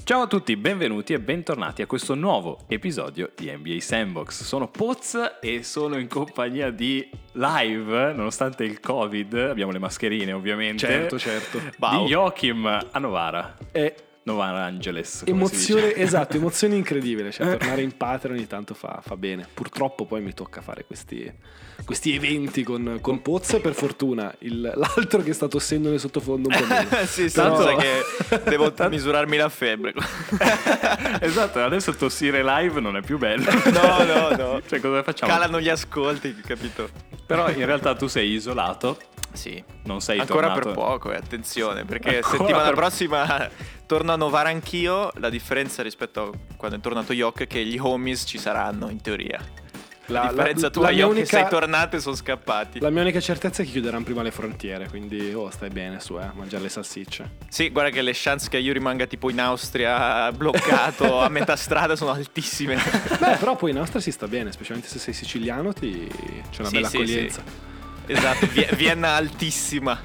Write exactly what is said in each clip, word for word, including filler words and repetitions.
Ciao a tutti, benvenuti e bentornati a questo nuovo episodio di N B A Sandbox. Sono Poz e sono in compagnia di Live, nonostante il Covid, abbiamo le mascherine ovviamente. Certo, certo. Di Joachim a Novara. È Novara Angeles, come emozione, si dice. esatto, emozione incredibile, cioè tornare in patria ogni tanto fa, fa bene. Purtroppo poi mi tocca fare questi, questi eventi con, con Poz, per fortuna il, l'altro che sta tossendo nel sottofondo un po' meno. Sì, Però... tanto che devo misurarmi la febbre. Esatto, adesso tossire live non è più bello. No, no, no. Cioè, cosa facciamo? Calano gli ascolti, capito? Però in realtà tu sei isolato. Sì. Non sei ancora tornato... per poco, eh, attenzione, perché Ancora settimana per... prossima torno a Novara anch'io. La differenza rispetto a quando è tornato Yok è che gli homies ci saranno, in teoria. La, la differenza la, tua, Yok, unica... che sei tornato e sono scappati. La mia unica certezza è che chiuderanno prima le frontiere, quindi oh, stai bene su, eh, mangiare le salsicce. Sì, guarda che le chance che io rimanga tipo in Austria bloccato a metà strada sono altissime. Beh, però poi in Austria si sta bene, specialmente se sei siciliano, ti... c'è una sì, bella sì, accoglienza. Sì. Esatto, Vienna altissima.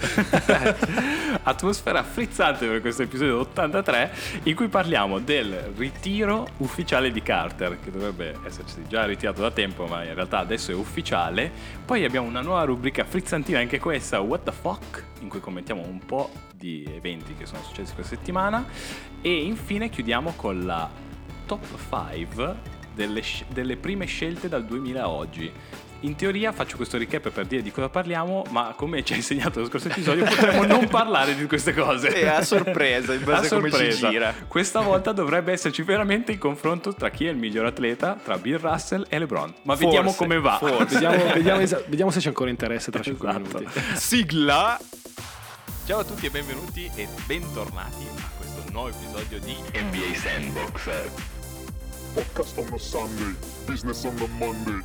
Atmosfera frizzante per questo episodio ottantatré, in cui parliamo del ritiro ufficiale di Carter, che dovrebbe essersi già ritirato da tempo, ma in realtà adesso è ufficiale. Poi abbiamo una nuova rubrica frizzantina, anche questa, What the Fuck, in cui commentiamo un po' di eventi che sono successi questa settimana. E infine chiudiamo con la top cinque delle, delle prime scelte dal duemila a oggi. In teoria faccio questo recap per dire di cosa parliamo, ma come ci ha insegnato lo scorso episodio potremmo non parlare di queste cose. È a sorpresa, in base a come ci gira. Questa volta dovrebbe esserci veramente il confronto tra chi è il miglior atleta, tra Bill Russell e LeBron. Ma forse, vediamo come va. Vediamo, vediamo, esa- vediamo se c'è ancora interesse tra cinque esatto. minuti. Sigla! Ciao a tutti e benvenuti e bentornati a questo nuovo episodio di N B A Sandbox. Podcast on a Sunday, business on the Monday.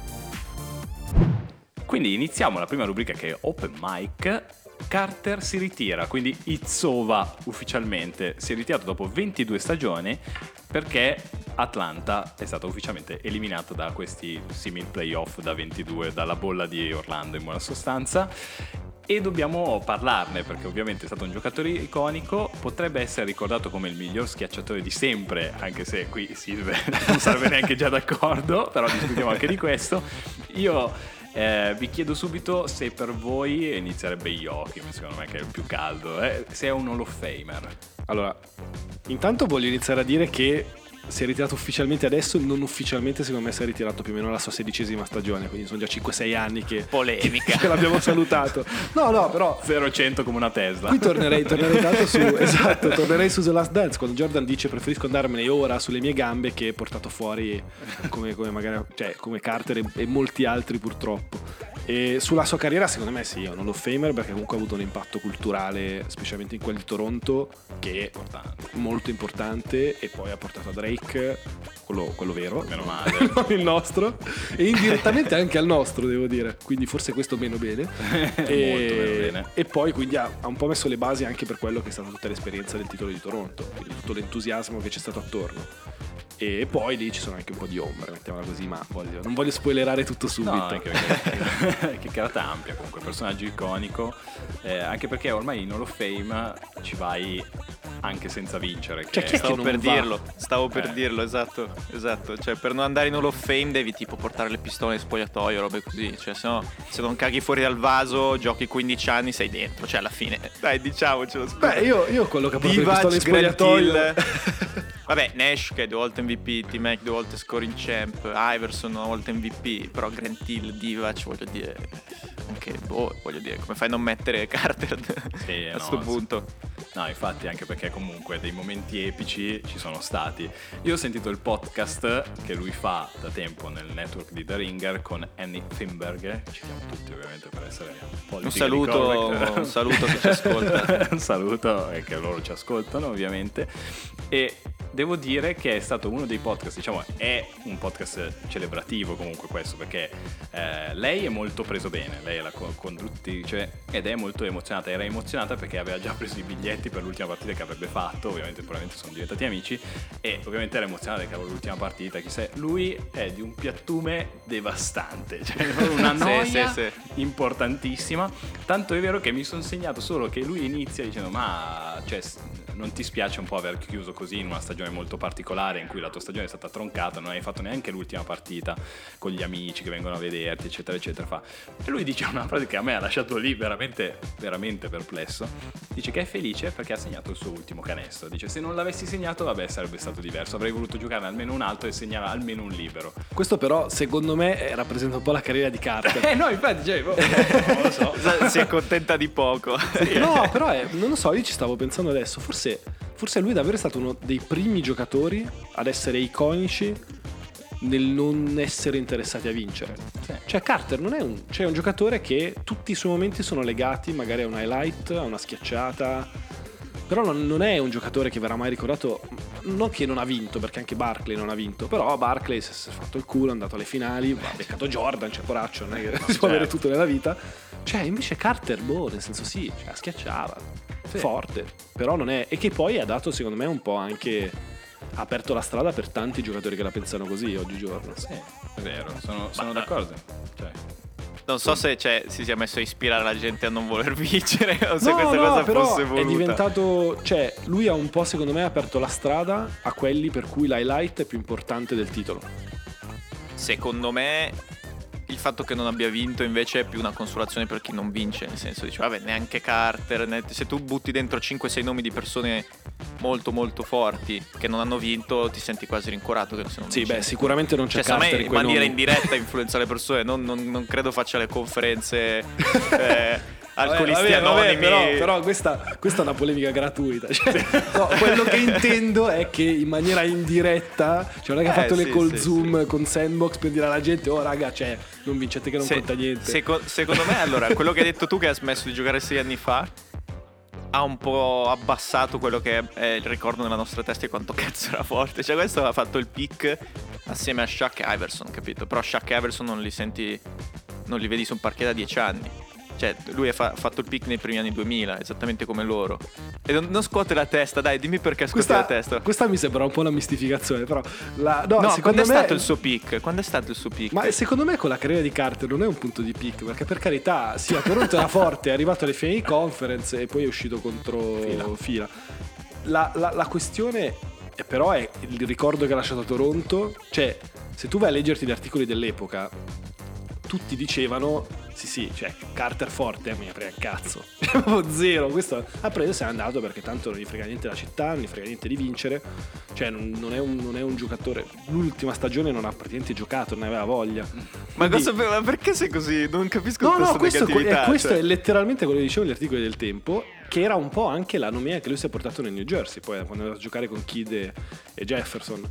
Quindi iniziamo la prima rubrica, che è Open Mic. Carter si ritira, quindi Izzova ufficialmente si è ritirato dopo ventidue stagioni perché Atlanta è stata ufficialmente eliminata da questi simil playoff da ventidue, dalla bolla di Orlando in buona sostanza. E dobbiamo parlarne perché ovviamente è stato un giocatore iconico, potrebbe essere ricordato come il miglior schiacciatore di sempre, anche se qui Silve non sarebbe neanche già d'accordo, però discutiamo anche di questo. Io eh, vi chiedo subito se per voi inizierebbe Joachim, secondo me che è il più caldo, eh, se è un Hall of Famer. Allora, intanto voglio iniziare a dire che si è ritirato ufficialmente adesso, non ufficialmente secondo me si è ritirato più o meno alla sua sedicesima stagione, quindi sono già cinque sei anni che, polemica. che l'abbiamo salutato. No, no, però zero cento come una Tesla. Qui tornerei, tornerei tanto su esatto, tornerei su The Last Dance, quando Jordan dice preferisco andarmene ora sulle mie gambe che portato fuori come, come magari cioè come Carter e, e molti altri purtroppo. E sulla sua carriera secondo me sì, è un Hall of Famer perché comunque ha avuto un impatto culturale, specialmente in quel di Toronto, che è molto importante, e poi ha portato a Drake, quello, quello vero, meno male, non il nostro, e indirettamente anche al nostro, devo dire, quindi forse questo meno bene. e, molto meno bene. E poi quindi ha, ha un po' messo le basi anche per quello che è stata tutta l'esperienza del titolo di Toronto, quindi tutto l'entusiasmo che c'è stato attorno. E poi lì ci sono anche un po' di ombre, mettiamola così, ma voglio, non voglio spoilerare tutto subito. No, anche perché che carata ampia comunque, personaggio iconico, eh, anche perché ormai in Hall of Fame ci vai anche senza vincere. Cioè, che chi è Stavo che per non va? dirlo, stavo per Eh. dirlo, esatto, esatto. Cioè, per non andare in Hall of Fame devi tipo portare le pistole in spogliatoio, robe così. Cioè, se no, se non caghi fuori dal vaso, giochi quindici anni, sei dentro. Cioè, alla fine, dai, diciamocelo. Scusa. Beh, io, io quello che ha portato le Divac, pistole in Grant spogliatoio Hill. Vabbè, Nash che è due volte M V P, T-Mac due volte scoring champ, Iverson una volta M V P, però Grant Hill, Divac, voglio dire, anche boh, voglio dire, come fai a non mettere Carter Sì, a no, sto sì. punto? No, infatti, anche perché comunque dei momenti epici ci sono stati. Io ho sentito il podcast che lui fa da tempo nel network di The Ringer con Annie Finberg, ci siamo tutti ovviamente per essere un po' Un saluto, un saluto che ci ascolta. Un saluto e che loro ci ascoltano ovviamente. E devo dire che è stato uno dei podcast, diciamo, è un podcast celebrativo comunque questo, perché eh, lei è molto preso bene, lei è la co- conduttrice ed è molto emozionata, era emozionata perché aveva già preso i biglietti per l'ultima partita che avrebbe fatto, ovviamente probabilmente sono diventati amici, e ovviamente era emozionata perché aveva l'ultima partita, chissà, lui è di un piattume devastante, cioè una noia sì, sì, sì. importantissima, tanto è vero che mi sono segnato solo che lui inizia dicendo ma cioè, non ti spiace un po' aver chiuso così in una stagione molto particolare in cui la tua stagione è stata troncata, non hai fatto neanche l'ultima partita con gli amici che vengono a vederti eccetera eccetera, fa. E lui dice una frase che a me ha lasciato lì veramente veramente perplesso, dice che è felice perché ha segnato il suo ultimo canestro, dice se non l'avessi segnato vabbè sarebbe stato diverso, avrei voluto giocare almeno un altro e segnare almeno un libero. Questo però secondo me eh, rappresenta un po' la carriera di Carter. Eh no, infatti cioè, boh, non lo so. Si è contenta di poco. No, però è, non lo so, io ci stavo pensando adesso, forse, forse lui davvero è stato uno dei primi giocatori ad essere iconici nel non essere interessati a vincere. Sì. Cioè Carter non è un, cioè, è un giocatore che tutti i suoi momenti sono legati magari a un highlight, a una schiacciata, però non, non è un giocatore che verrà mai ricordato, non che non ha vinto, perché anche Barkley non ha vinto, però Barkley si è fatto il culo, è andato alle finali, ha beccato Jordan, c'è poraccio, non è che si può avere tutto nella vita. Cioè invece Carter, boh, nel senso sì, cioè, schiacciava, sì. Forte, però non è, e che poi ha dato secondo me un po' anche, ha aperto la strada per tanti giocatori che la pensano così oggigiorno. Sì, è vero, sono, sono d'accordo, cioè. Non so se cioè, si sia messo a ispirare la gente a non voler vincere o se no, questa no, cosa però fosse voluta. È diventato, cioè, lui ha un po' secondo me aperto la strada a quelli per cui l'highlight è più importante del titolo. Secondo me il fatto che non abbia vinto invece è più una consolazione per chi non vince, nel senso dice vabbè neanche Carter, ne- se tu butti dentro cinque sei nomi di persone molto molto forti che non hanno vinto ti senti quasi rincuorato che se non Sì, vinci. beh, sicuramente non c'è Cioè, Carter se a me in in quei maniera nomi. indiretta influenza le persone, non, non- non credo faccia le conferenze eh, alcolisti Vabbè, vabbè, anonimi. però, però questa, questa è una polemica gratuita. Cioè, no, quello che intendo è che in maniera indiretta, cioè non è che ha Eh, fatto le sì, call sì, Zoom con Sandbox per dire alla gente oh raga, cioè non vincete che non Se- conta niente. seco- secondo me allora quello che hai detto tu che ha smesso di giocare sei anni fa ha un po' abbassato quello che è, è il ricordo nella nostra testa di quanto cazzo era forte. Cioè questo ha fatto il pick assieme a Shaq e Iverson, capito? Però Shaq e Iverson non li senti, non li vedi su un parquet da dieci anni. Cioè lui ha fa- fatto il pick nei primi anni duemila, esattamente come loro. E non, non scuote la testa, dai, dimmi perché scuote questa, la testa. questa mi sembra un po' una mistificazione, però la, no, No, secondo quando è me, stato il suo pick? Quando è stato il suo pick? Ma secondo me con la carriera di Carter non è un punto di pick, perché per carità, sì, a Toronto era forte, è arrivato alle finali di conference e poi è uscito contro Fila. Fila. La, la, la questione è, però è il ricordo che ha lasciato a Toronto, cioè se tu vai a leggerti gli articoli dell'epoca tutti dicevano sì sì, cioè Carter forte, a me ne frega il cazzo. Proprio zero. Questo ha preso e se n'è andato perché tanto non gli frega niente la città, non gli frega niente di vincere. Cioè non, non, è un, non è un giocatore. L'ultima stagione non ha praticamente giocato, non aveva voglia. Ma, Quindi- cosa, ma perché sei così? Non capisco No, questa no, questo, negatività. è, questo cioè. è letteralmente quello che dicevo negli articoli del Tempo, che era un po' anche la nomea che lui si è portato nel New Jersey, poi quando è andato a giocare con Kidd e, e Jefferson.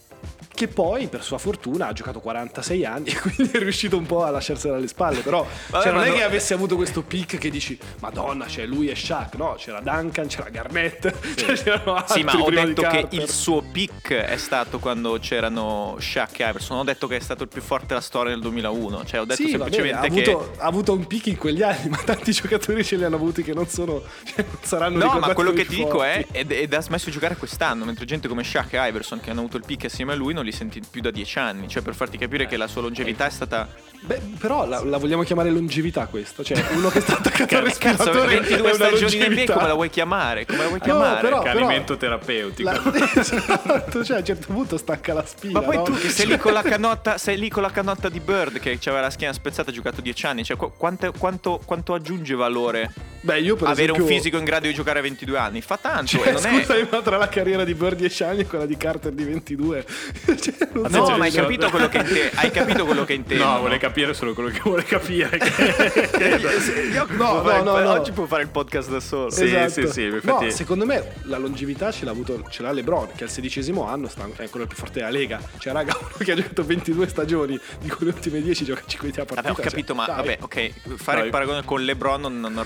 Che poi, per sua fortuna, ha giocato quarantasei anni e quindi è riuscito un po' a lasciarsela alle spalle. Però Vabbè, cioè, non ma è no- che avesse avuto questo pick che dici Madonna, c'è lui e Shaq. No, c'era Duncan, c'era Garnett, cioè, c'erano altri Sì, ma ho prima di detto che Carter. il suo pick è stato quando c'erano Shaq e Iverson. Non ho detto che è stato il più forte della storia nel duemilauno. Cioè, ho detto Sì, va bene, semplicemente ha, che. avuto, ha avuto un pick in quegli anni, ma tanti giocatori ce li hanno avuti che non sono, cioè, non saranno No, ricordati ma quello come che ti dico forti. è ed, ed ha smesso di giocare quest'anno, mentre gente come Shaq e Iverson che hanno avuto il pick assieme a lui non li senti più da dieci anni, cioè per farti capire che la sua longevità è stata. Beh, però la, la vogliamo chiamare longevità questa? Cioè, uno che sta attaccato al Cazzo, respiratore ventidue è una stagioni in N B A longevità. come la vuoi chiamare? Come la vuoi No, chiamare? però- Accanimento terapeutico. La- esatto, cioè a un certo punto stacca la spina. Ma poi no? tu che sei lì con la canotta, sei lì con la canotta di Bird che aveva la schiena spezzata, ha giocato dieci anni, cioè qu- quanto, quanto, quanto aggiunge valore Beh, io per avere esempio, un fisico in grado di giocare a ventidue anni? Fa tanto Cioè, e non è. scusami, ma tra la carriera di Bird dieci anni e quella di Carter di ventidue. Cioè, non so, No, Cioè, ma hai cioè, capito quello che inte- hai capito quello che intendo? No, vuole capire solo quello che vuole capire. Io No, può fare no, il- no, no. oggi può fare il podcast da solo. Sì, Esatto. sì, sì, infatti- No, secondo me la longevità ce l'ha avuto, ce l'ha LeBron, che al sedicesimo anno sta, è ancora il più forte della Lega. Cioè, raga, uno che ha giocato ventidue stagioni, di cue le ultime dieci gioca cinque a partita. Vabbè, ho capito, cioè, ma dai. vabbè, ok, fare Dai. il paragone con LeBron non, non rende giustizia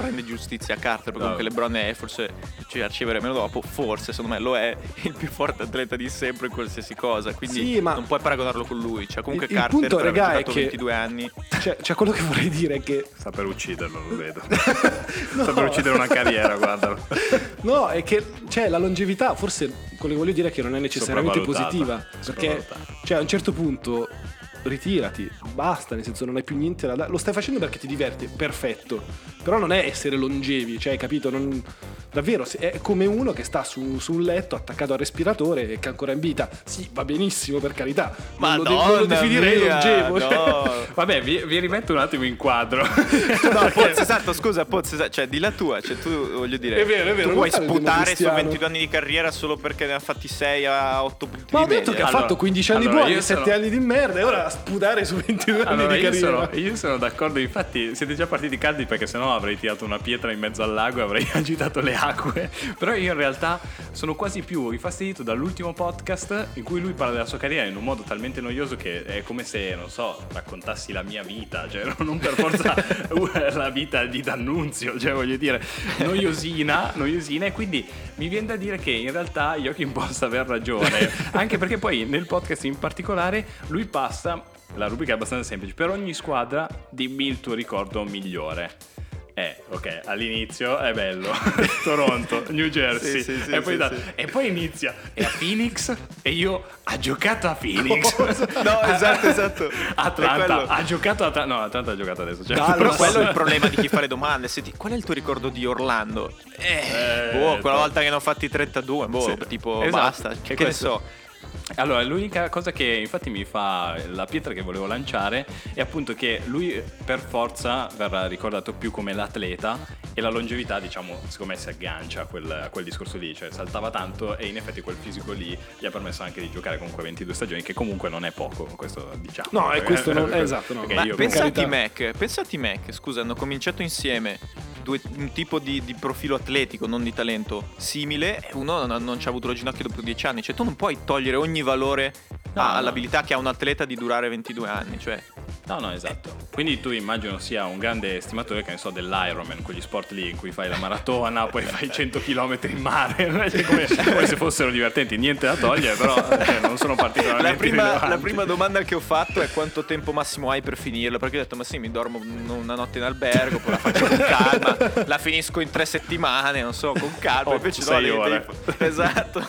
giustizia a Carter, perché No. comunque LeBron è forse ci arriveremo dopo, forse secondo me lo è il più forte atleta di sempre in qualsiasi cosa, quindi Sì, ma- non puoi paragonarlo con lui. Cioè comunque Il- il Carter punto, per aver raga, è giocato che- ventidue anni. Cioè, cioè, quello che vorrei dire è che Sta per ucciderlo, lo vedo. No. Sta per uccidere una carriera, guardalo. no, è che cioè, la longevità, forse quello che voglio dire è che non è necessariamente Sopravvalutata. positiva. Perché Sopravvalutata. cioè, a un certo punto ritirati, basta, nel senso non hai più niente da dare. Lo stai facendo perché ti diverti, perfetto. Però non è essere longevi, cioè, capito? Non, davvero, se- è come uno che sta su, su un letto attaccato al respiratore e che è ancora in vita. Sì, va benissimo, per carità. Non lo, de- non lo definirei mia, longevo. cioè. no. Vabbè, vi, vi rimetto un attimo in quadro. No, Poz, esatto, scusa, Poz, esatto, cioè di la tua, cioè tu voglio dire, È vero, è vero, tu non vuoi fare il sputare su democristiano. ventidue anni di carriera solo perché ne ha fatti sei a otto punti Ma ho di detto media? che ha Allora- fatto quindici anni allora, buoni io e sette sono- anni di merda e ora a sputare su ventidue anni Allora, di io carriera. sono, io sono d'accordo, infatti siete già partiti caldi perché sennò avrei tirato una pietra in mezzo al lago e avrei agitato le acque. Però io in realtà sono quasi più infastidito dall'ultimo podcast in cui lui parla della sua carriera in un modo talmente noioso che è come se, non so, raccontassi la mia vita, cioè non per forza la vita di D'Annunzio, cioè voglio dire, noiosina, noiosina, e quindi mi viene da dire che in realtà Joachim possa aver ragione, anche perché poi nel podcast in particolare lui passa, la rubrica è abbastanza semplice, per ogni squadra dimmi il tuo ricordo migliore. Eh, ok, all'inizio è bello. Toronto, New Jersey. Sì, sì, sì, e, poi sì, da- sì. e poi inizia. E a Phoenix? E io ha giocato a Phoenix. No, esatto, esatto. È Atlanta quello. ha giocato a Atlanta. No, Atlanta ha giocato adesso. Cioè, Dallas. Però Lo quello so. è il problema di chi fa le domande. Se ti- qual è il tuo ricordo di Orlando? Eh, Eh, boh, quella to- volta che ne ho fatti trentadue, boh, Sì. tipo Esatto. basta, E che, che ne questo- so. Allora, l'unica cosa che infatti mi fa la pietra che volevo lanciare è appunto che lui per forza verrà ricordato più come l'atleta e la longevità, diciamo, secondo me si aggancia a quel, a quel discorso lì, cioè saltava tanto e in effetti quel fisico lì gli ha permesso anche di giocare comunque ventidue stagioni, che comunque non è poco, questo diciamo. No, e questo non- eh, esatto, no. Perché Ma io pensa a carità. T-Mac, pensa a T-Mac, scusa, hanno cominciato insieme due- un tipo di, di profilo atletico, non di talento, simile, e uno non, non ci ha avuto lo ginocchio dopo dieci anni, cioè tu non puoi togliere ogni valore No, a- no. all'abilità che ha un atleta di durare ventidue anni, cioè No, no, esatto. Quindi tu immagino sia un grande estimatore, che ne so, dell'Ironman, quegli sport lì in cui fai la maratona, poi fai cento chilometri in mare, cioè, come, come se fossero divertenti, niente da togliere, però eh, non sono particolarmente la prima, rilevanti. la prima domanda che ho fatto è quanto tempo massimo hai per finirla, perché ho detto ma sì, mi dormo un- una notte in albergo, poi la faccio con calma, la finisco in tre settimane, non so, con calma, Oh, invece no, sei devi- ore. devi- esatto.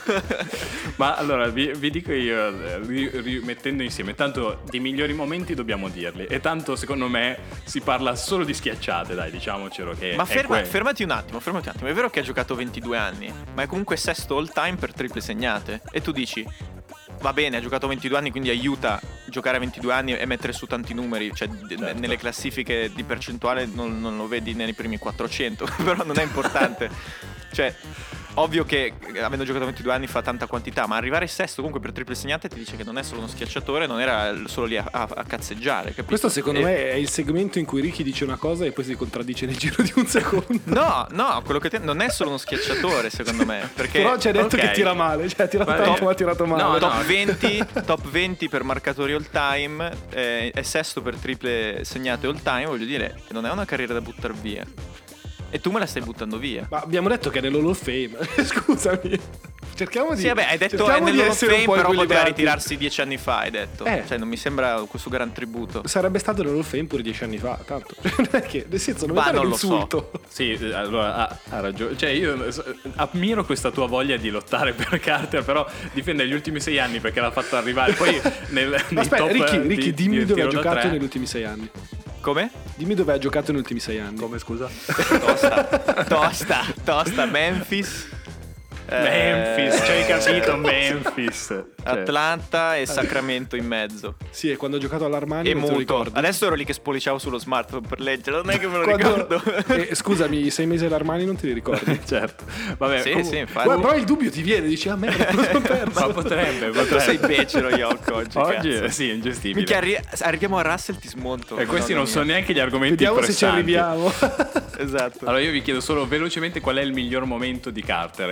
Ma allora vi, vi dico io, eh, ri- rimettendo insieme, tanto di migliori momenti dobbiamo dirli, e tanto secondo me si parla solo di schiacciate, dai, diciamocelo che Ma è ferma- que- fermati un attimo, fermati un attimo. È vero che ha giocato ventidue anni, ma è comunque sesto all time per triple segnate. E tu dici, va bene, ha giocato ventidue anni, quindi aiuta giocare a ventidue anni e mettere su tanti numeri. Cioè, d- Certo. nelle classifiche di percentuale non, non lo vedi nei primi quattrocento, però non è importante. Cioè, ovvio che eh, avendo giocato ventidue anni fa tanta quantità, ma arrivare sesto comunque per triple segnate ti dice che non è solo uno schiacciatore, non era solo lì a, a- a cazzeggiare, capito? Questo secondo E- me è il segmento in cui Ricky dice una cosa e poi si contraddice nel giro di un secondo. No, no, quello che te- non è solo uno schiacciatore, secondo me. Perché Però ci ha detto ok. che tira male, cioè ha tirato Va bene. tanto ma ha tirato male. No, top, no. venti, top venti per marcatori all time, eh, è sesto per triple segnate all time, voglio dire, non è una carriera da buttare via. E tu me la stai buttando via. Ma abbiamo detto che è nell'Hall of Fame. Scusami. Cerchiamo di Sì, vabbè, hai detto è cerchiamo di nell'Hall of essere un Fame, po' però poteva equilibrati. ritirarsi dieci anni fa, hai detto. Eh. Cioè, non mi sembra questo gran tributo. Sarebbe stato nell'Hall of Fame pure dieci anni fa, tanto. Non è che, nel senso, non mi Ma pare non un lo so. insulto. Sì, eh, allora ha, ha ragione. Cioè, io eh, ammiro questa tua voglia di lottare per Carter, però difende gli ultimi sei anni perché l'ha fatto arrivare. Poi nel, nei Aspetta, top Ricky, di- Ricky, di dimmi dove ha tiro da giocato tre. negli ultimi sei anni. Come? Dimmi dove ha giocato negli ultimi sei anni. Come, scusa? Tosta, tosta, tosta, Memphis. eh, Memphis, ci hai capito, Memphis. Cioè, Atlanta e Sacramento in mezzo. Sì, e quando ha giocato all'Armani E non te lo muto. ricordi. Adesso ero lì che spolliciavo sullo smartphone per leggere, non è che me lo Quando- ricordo. Eh, scusami, i sei mesi all'Armani non te li ricordi? certo. Vabbè, Sì, comunque- sì, infatti. Guarda, però il dubbio ti viene, dici a me me lo sono perso. Ma potrebbe, Quanto sei potrebbe. becero, Yoko, oggi, Oggi cazzo. eh, sì, è ingestibile. Minchia, arri- arriviamo a Russell, ti smonto. e questi Madonna non sono mia. neanche gli argomenti Vediamo se ci pressanti. arriviamo. Esatto. Allora io vi chiedo solo velocemente qual è il miglior momento di Carter, e tra le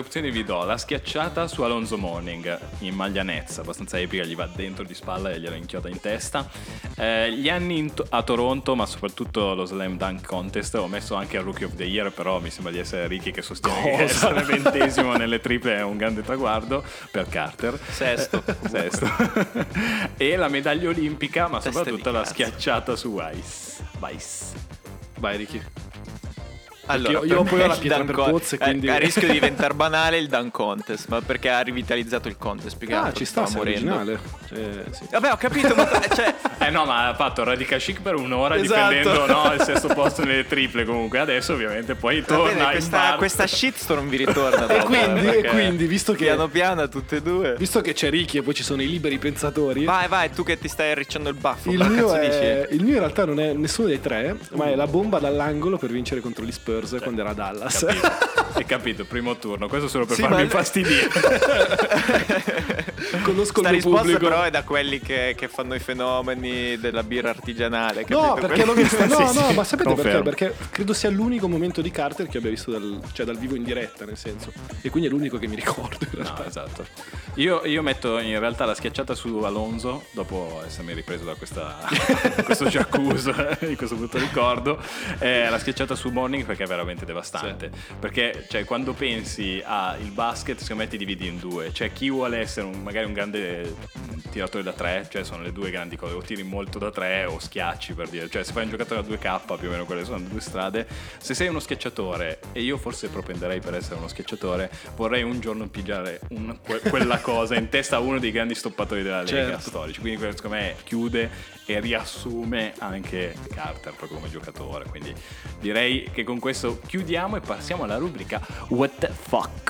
opzioni vi do la schiacciata su Alonso Mourning in maglia Nets, abbastanza epica, gli va dentro di spalla e gliela inchioda in testa. Eh, gli anni in to- a Toronto, ma soprattutto lo Slam Dunk Contest, ho messo anche il Rookie of the Year, però mi sembra di essere Ricky che sostiene che essere ventesimo nelle triple è un grande traguardo per Carter. Sesto. Sesto. E la medaglia olimpica, ma Teste soprattutto di la cazzo. schiacciata su Weiss. Weiss. Vai Ricky. Allora, io- io per poi me ho la il pietra dunk per con- pozze, eh, quindi- a rischio di diventare banale il dunk contest, ma perché ha rivitalizzato il contest più che Ah, altro, ci sta, stava sei morendo. originale. Cioè, sì. Vabbè, ho capito, ma cioè Eh no, ma ha fatto Radical Chic per un'ora Esatto. difendendo no, il sesto posto nelle triple comunque. Adesso ovviamente poi va torna bene, in questa, bar. questa shitstorm vi ritorna dopo, E quindi, eh, e perché quindi, visto che, piano piano tutte e due. visto che c'è Ricky e poi ci sono i liberi pensatori, Vai, vai, tu che ti stai arricciando il baffo. il ma mio, cazzo è, dici? il mio in realtà non è nessuno dei tre, ma è la bomba dall'angolo per vincere contro gli Spurs quando era a Dallas. Capito. Hai capito, primo turno. Questo solo per Sì, farmi ma- infastidire. Conosco Sta il mio risposta pubblico. però è da quelli che, che fanno i fenomeni della birra artigianale. No, capito? perché l'ho vista. No, Sì, no, sì, ma sapete perché? confermo. Perché credo sia l'unico momento di Carter che abbia visto dal, cioè dal vivo in diretta, nel senso. E quindi è l'unico che mi ricordo. In realtà. No, esatto. Io, io metto in realtà la schiacciata su Alonso dopo essermi ripreso da questa, questo jacuzzi di questo brutto ricordo. Eh, la schiacciata su Mourning perché è veramente devastante. Perché cioè, quando pensi al basket, secondo me ti dividi in due. Cioè, chi vuole essere un- magari un grande mh, tiratore da tre, cioè sono le due grandi cose, o tiri molto da tre o schiacci, per dire. Cioè, se fai un giocatore da due K, più o meno quelle sono le due strade. Se sei uno schiacciatore, e io forse propenderei per essere uno schiacciatore, vorrei un giorno pigiare un- que- quella cosa in testa a uno dei grandi stoppatori della Lega Certo. storici. Quindi quello secondo me chiude e riassume anche Carter proprio come giocatore. Quindi direi che con questo chiudiamo e passiamo alla rubrica What the fuck.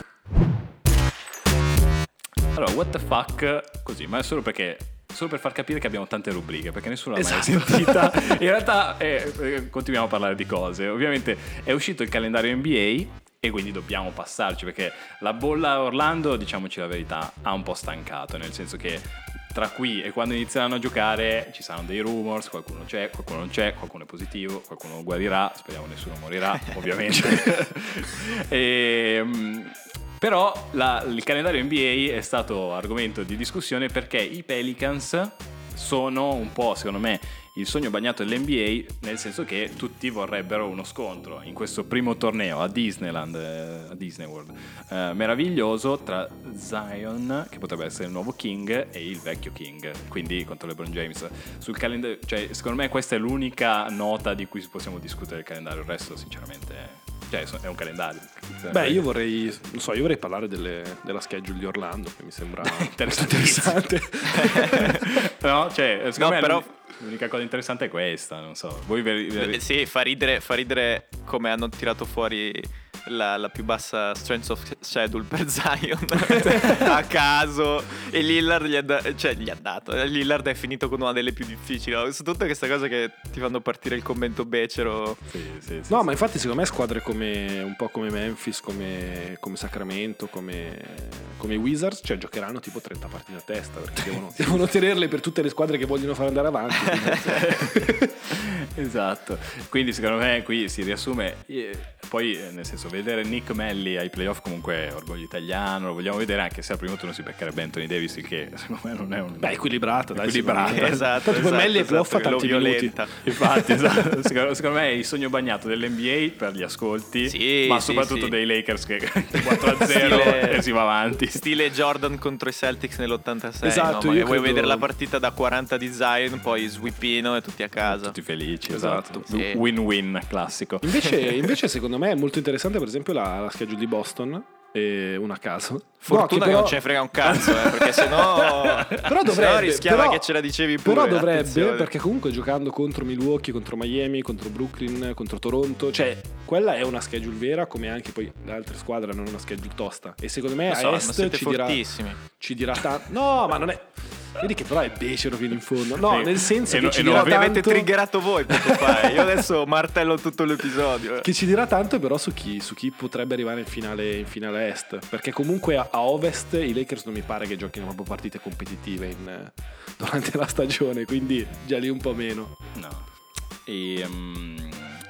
Allora, what the fuck, così, ma è solo perché solo per far capire che abbiamo tante rubriche, perché nessuno l'ha mai Esatto. sentita. In realtà eh, eh, continuiamo a parlare di cose. Ovviamente è uscito il calendario N B A e quindi dobbiamo passarci, perché la bolla a Orlando, diciamoci la verità, ha un po' stancato, nel senso che tra qui e quando inizieranno a giocare ci saranno dei rumors, qualcuno c'è, qualcuno non c'è, qualcuno è positivo, qualcuno guarirà, speriamo nessuno morirà, ovviamente. e, mm, però la- il calendario N B A è stato argomento di discussione perché i Pelicans sono un po', secondo me, il sogno bagnato dell'N B A, nel senso che tutti vorrebbero uno scontro in questo primo torneo a Disneyland, eh, a Disney World, eh, meraviglioso, tra Zion, che potrebbe essere il nuovo King, e il vecchio King, quindi contro LeBron James. Sul calendario, cioè, secondo me questa è l'unica nota di cui possiamo discutere il calendario, il resto sinceramente cioè, è un calendario. Beh, io vorrei, non so, io vorrei parlare delle- della schedule di Orlando, che mi sembra Interessante. interessante. No, cioè, secondo No, me però- l'unica cosa interessante è questa, non so. Voi ve- ve- Eh, Sì, fa ridere, fa ridere come hanno tirato fuori la, la più bassa strength of schedule per Zion a caso, e Lillard gli ha, da- cioè, gli ha dato Lillard è finito con una delle più difficili, no? Su tutte queste cose che ti fanno partire il commento becero. Sì, sì, sì, No, sì. ma infatti secondo me squadre come un po' come Memphis, come, come Sacramento, come, come i Wizards, cioè giocheranno tipo trenta partite a testa, perché devono, devono tenerle per tutte le squadre che vogliono far andare avanti. quindi- Esatto, quindi secondo me qui si riassume. eh, Poi eh, nel senso, vedere Nick Melli ai playoff comunque è orgoglio italiano, lo vogliamo vedere, anche se al primo turno si beccherebbe Anthony Davis, il che secondo me non è un... Beh, equilibrata, dai, Equilibrata. sicuramente. Esatto, Tanto poi esatto, Melli ai playoff fa esatto, tanti che lo minuti. violenta. Infatti, esatto. secondo, secondo me è il sogno bagnato dell'N B A per gli ascolti, Sì, ma sì, soprattutto sì. dei Lakers che quattro a zero Stile- e si va avanti. Stile Jordan contro i Celtics nell'ottantasei, Esatto, no? io Ma vuoi credo- vedere la partita da quaranta di Zion, poi sweepino e tutti a casa. Tutti felici, Esatto. esatto. Sì. Win-win classico. Invece, invece secondo me è molto interessante per esempio la, la schedule di Boston, e una a caso. Fortuna No, che, però- non ce ne frega un cazzo, eh, perché sennò Però sennò dovrebbe, rischiava però- che ce la dicevi pure. Però dovrebbe, attenzione. perché comunque giocando contro Milwaukee, contro Miami, contro Brooklyn, contro Toronto, cioè quella è una schedule vera, come anche poi le altre squadre hanno una schedule tosta. E secondo me Lo so, a ma est siete ci dirà, fortissimi. ci dirà tanto. No, ma non è. Vedi che però è becero fino in fondo. No, Sì. nel senso E che no- ci e non dirà Mi avete tanto. triggerato voi poco fa. Io adesso martello tutto l'episodio. eh. Che ci dirà tanto però su chi, su chi potrebbe arrivare in finale, in finale est. Perché comunque a, a ovest i Lakers non mi pare che giochino proprio partite competitive in- durante la stagione, quindi già lì un po' meno. No. E, mm,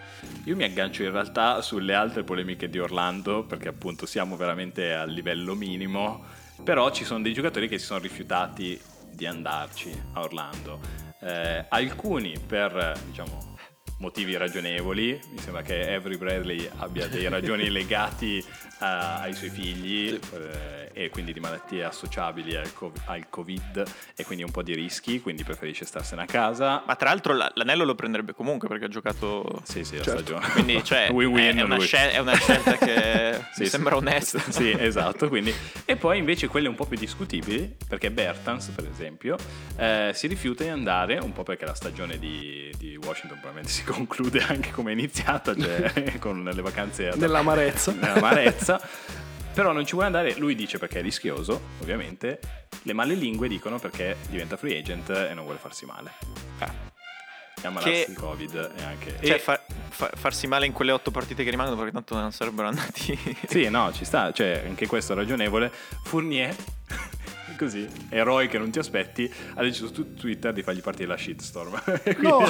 Io mi aggancio in realtà sulle altre polemiche di Orlando, perché appunto siamo veramente al livello minimo, però ci sono dei giocatori che si sono rifiutati di andarci a Orlando. Eh, alcuni per, diciamo, motivi ragionevoli. Mi sembra che Avery Bradley abbia dei ragioni legati a, ai suoi figli, sì. eh, e quindi di malattie associabili al, COVID, al Covid e quindi un po' di rischi, quindi preferisce starsene a casa. Ma tra l'altro l'anello lo prenderebbe comunque perché ha giocato sì sì la certo. stagione, quindi cioè win-win, è, una scel- è una scelta che sì, mi sembra onesta. Sì, esatto, quindi. E poi invece quelle un po' più discutibili, perché Bertans per esempio eh, si rifiuta di andare, un po' perché la stagione di, di Washington probabilmente si conclude anche come è iniziata, cioè con le vacanze nell'amarezza nell'amarezza però non ci vuole andare. Lui dice perché è rischioso, ovviamente. Le male lingue dicono perché diventa free agent e non vuole farsi male, ah. e ammalarsi che... di Covid e anche cioè e... fa, fa, farsi male in quelle otto partite che rimangono, perché tanto non sarebbero andati. Sì, no, ci sta, cioè anche questo è ragionevole. Fournier così, eroi che non ti aspetti, ha deciso su Twitter di fargli partire la shitstorm. Quindi, no.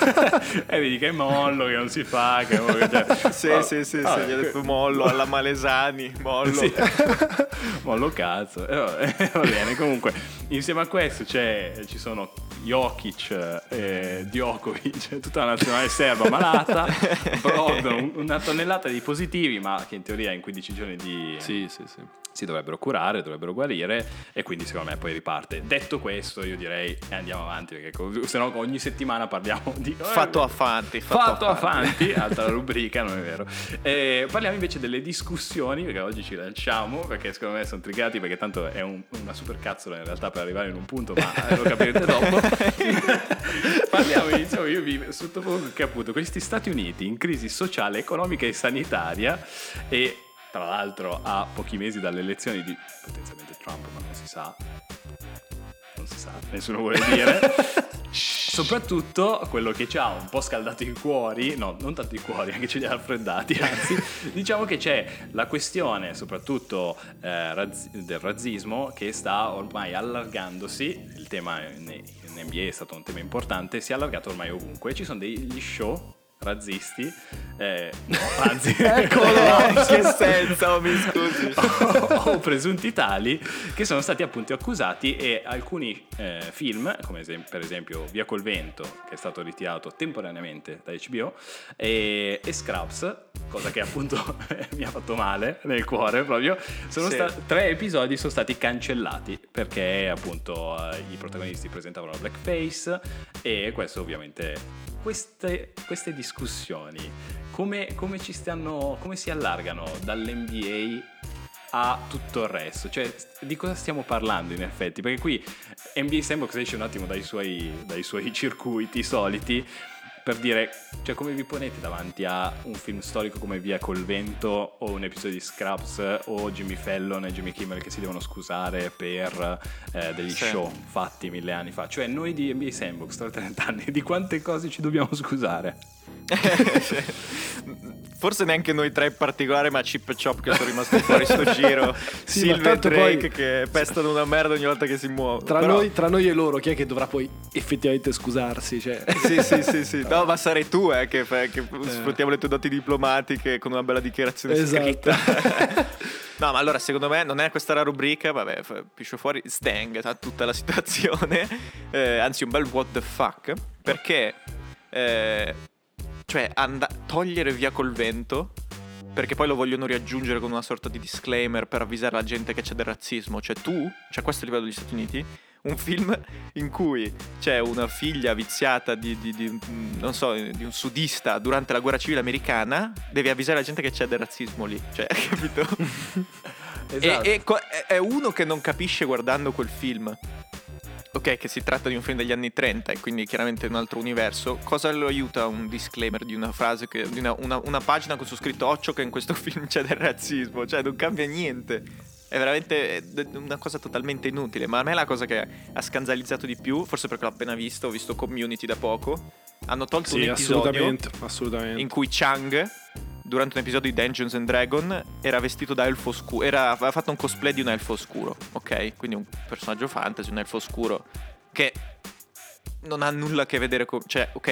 E vedi che è mollo, che non si fa, che cioè, sì, oh, sì, sì, oh, sì, gli ha detto mollo alla Malesani, mollo. Sì. Mollo cazzo. Eh, va bene, comunque, insieme a questo c'è, ci sono Jokic, eh, Djokovic, tutta la nazionale serba malata, Brogdon, una tonnellata di positivi, ma che in teoria in quindici giorni di... Sì, sì, sì. si dovrebbero curare, dovrebbero guarire, e quindi secondo me poi riparte. Detto questo, io direi e andiamo avanti, perché se no ogni settimana parliamo di fatto avanti, fatto, fatto avanti, avanti altra rubrica, non è vero. E parliamo invece delle discussioni, perché oggi ci lanciamo, perché secondo me sono trigati, perché tanto è un, una super cazzola in realtà per arrivare in un punto, ma lo capirete dopo. Parliamo, iniziamo, io vi sottopongo che appunto questi Stati Uniti in crisi sociale, economica e sanitaria, e tra l'altro a pochi mesi dalle elezioni di potenzialmente Trump, ma non si sa, non si sa, nessuno vuole dire. Soprattutto quello che ci ha un po' scaldato i cuori, no, non tanto i cuori, anche ce li ha raffreddati, anzi, diciamo che c'è la questione soprattutto eh, razz- del razzismo, che sta ormai allargandosi. Il tema in, in N B A è stato un tema importante, si è allargato ormai ovunque. Ci sono degli show razzisti, eh, no, anzi eccolo, che senso, mi scusi, o, o presunti tali, che sono stati appunto accusati, e alcuni eh, film, come esem- per esempio Via col vento, che è stato ritirato temporaneamente da H B O, e, e Scrubs, cosa che appunto mi ha fatto male nel cuore proprio, sono sì. sta- tre episodi sono stati cancellati perché appunto eh, i protagonisti presentavano blackface, e questo ovviamente queste, queste discussioni come, come ci stanno, come si allargano dall'N B A a tutto il resto, cioè di cosa stiamo parlando in effetti, perché qui N B A Sandbox esce un attimo dai suoi, dai suoi circuiti soliti, per dire, cioè come vi ponete davanti a un film storico come Via col vento, o un episodio di Scrubs, o Jimmy Fallon e Jimmy Kimmel che si devono scusare per eh, degli sì. show fatti mille anni fa. Cioè noi di N B A Sandbox tra trenta anni di quante cose ci dobbiamo scusare? Forse neanche noi tre in particolare, ma Chip e Chop che sono rimasti fuori sto giro. Sì, Silver e Drake poi... che pestano una merda ogni volta che si muovono. Tra, Però... noi, tra noi e loro chi è che dovrà poi effettivamente scusarsi? Cioè... Sì, sì, sì, sì. No, ma sarei tu eh, che, che eh. sfruttiamo le tue doti diplomatiche con una bella dichiarazione esatto. scritta. No, ma allora secondo me non è questa la rubrica, vabbè, piscio fuori Stang a tutta la situazione, eh, anzi un bel what the fuck, perché eh, cioè and- togliere Via col vento, perché poi lo vogliono riaggiungere con una sorta di disclaimer per avvisare la gente che c'è del razzismo, cioè tu, cioè questo è il livello degli Stati Uniti, un film in cui c'è una figlia viziata di, di, di non so, di un sudista durante la guerra civile americana, devi avvisare la gente che c'è del razzismo lì, cioè, capito? Esatto. E, e è uno che non capisce guardando quel film, ok, che si tratta di un film degli anni trenta e quindi chiaramente un altro universo. Cosa lo aiuta un disclaimer di una frase, che, di una, una, una pagina con su scritto occhio che in questo film c'è del razzismo? Cioè non cambia niente, è veramente una cosa totalmente inutile. Ma a me la cosa che ha scandalizzato di più, forse perché l'ho appena visto, ho visto Community da poco, hanno tolto sì, un episodio assolutamente, assolutamente. in cui Chang, durante un episodio di Dungeons and Dragons, era vestito da elfo scuro, era, aveva fatto un cosplay di un elfo scuro, ok? Quindi un personaggio fantasy, un elfo scuro che non ha nulla a che vedere con... Cioè, ok,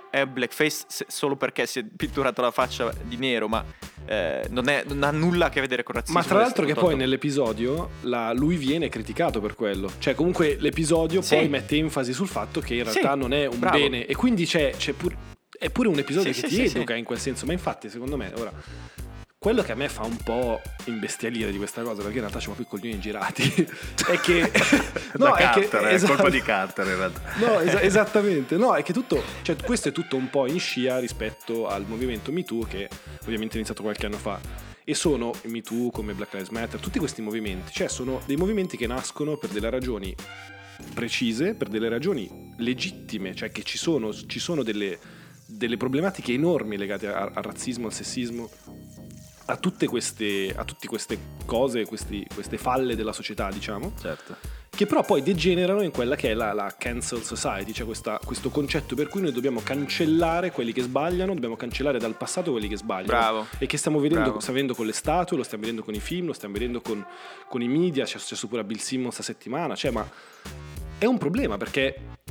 è blackface se- solo perché si è pitturato la faccia di nero, ma eh, non, è, non ha nulla a che vedere con il razzismo. Ma tra l'altro che poi tolto. nell'episodio la, lui viene criticato per quello. Cioè comunque l'episodio Sì. poi mette enfasi sul fatto che in realtà Sì, non è un bravo. bene. E quindi c'è, c'è pur, è pure un episodio Sì, che sì, ti sì, educa sì. in quel senso. Ma infatti secondo me ora quello che a me fa un po' imbestialire di questa cosa, perché in realtà c'ho proprio i coglioni girati, è che da è che- Carter, è esatto. colpa di Carter in realtà. No, es- esattamente. No, è che tutto, cioè, questo è tutto un po' in scia rispetto al movimento Me Too, che ovviamente è iniziato qualche anno fa. E sono Me Too come Black Lives Matter, tutti questi movimenti, cioè sono dei movimenti che nascono per delle ragioni precise, per delle ragioni legittime, cioè che ci sono, ci sono delle, delle problematiche enormi legate a- al razzismo, al sessismo, a tutte queste, a tutte queste cose, questi, queste falle della società, diciamo, Certo. che però poi degenerano in quella che è la, la cancel society, cioè questa, questo concetto per cui noi dobbiamo cancellare quelli che sbagliano, dobbiamo cancellare dal passato quelli che sbagliano. Bravo. E che stiamo vedendo, Bravo. stiamo vedendo con le statue, lo stiamo vedendo con i film, lo stiamo vedendo con, con i media, c'è successo pure a Bill Simmons sta settimana, cioè ma è un problema perché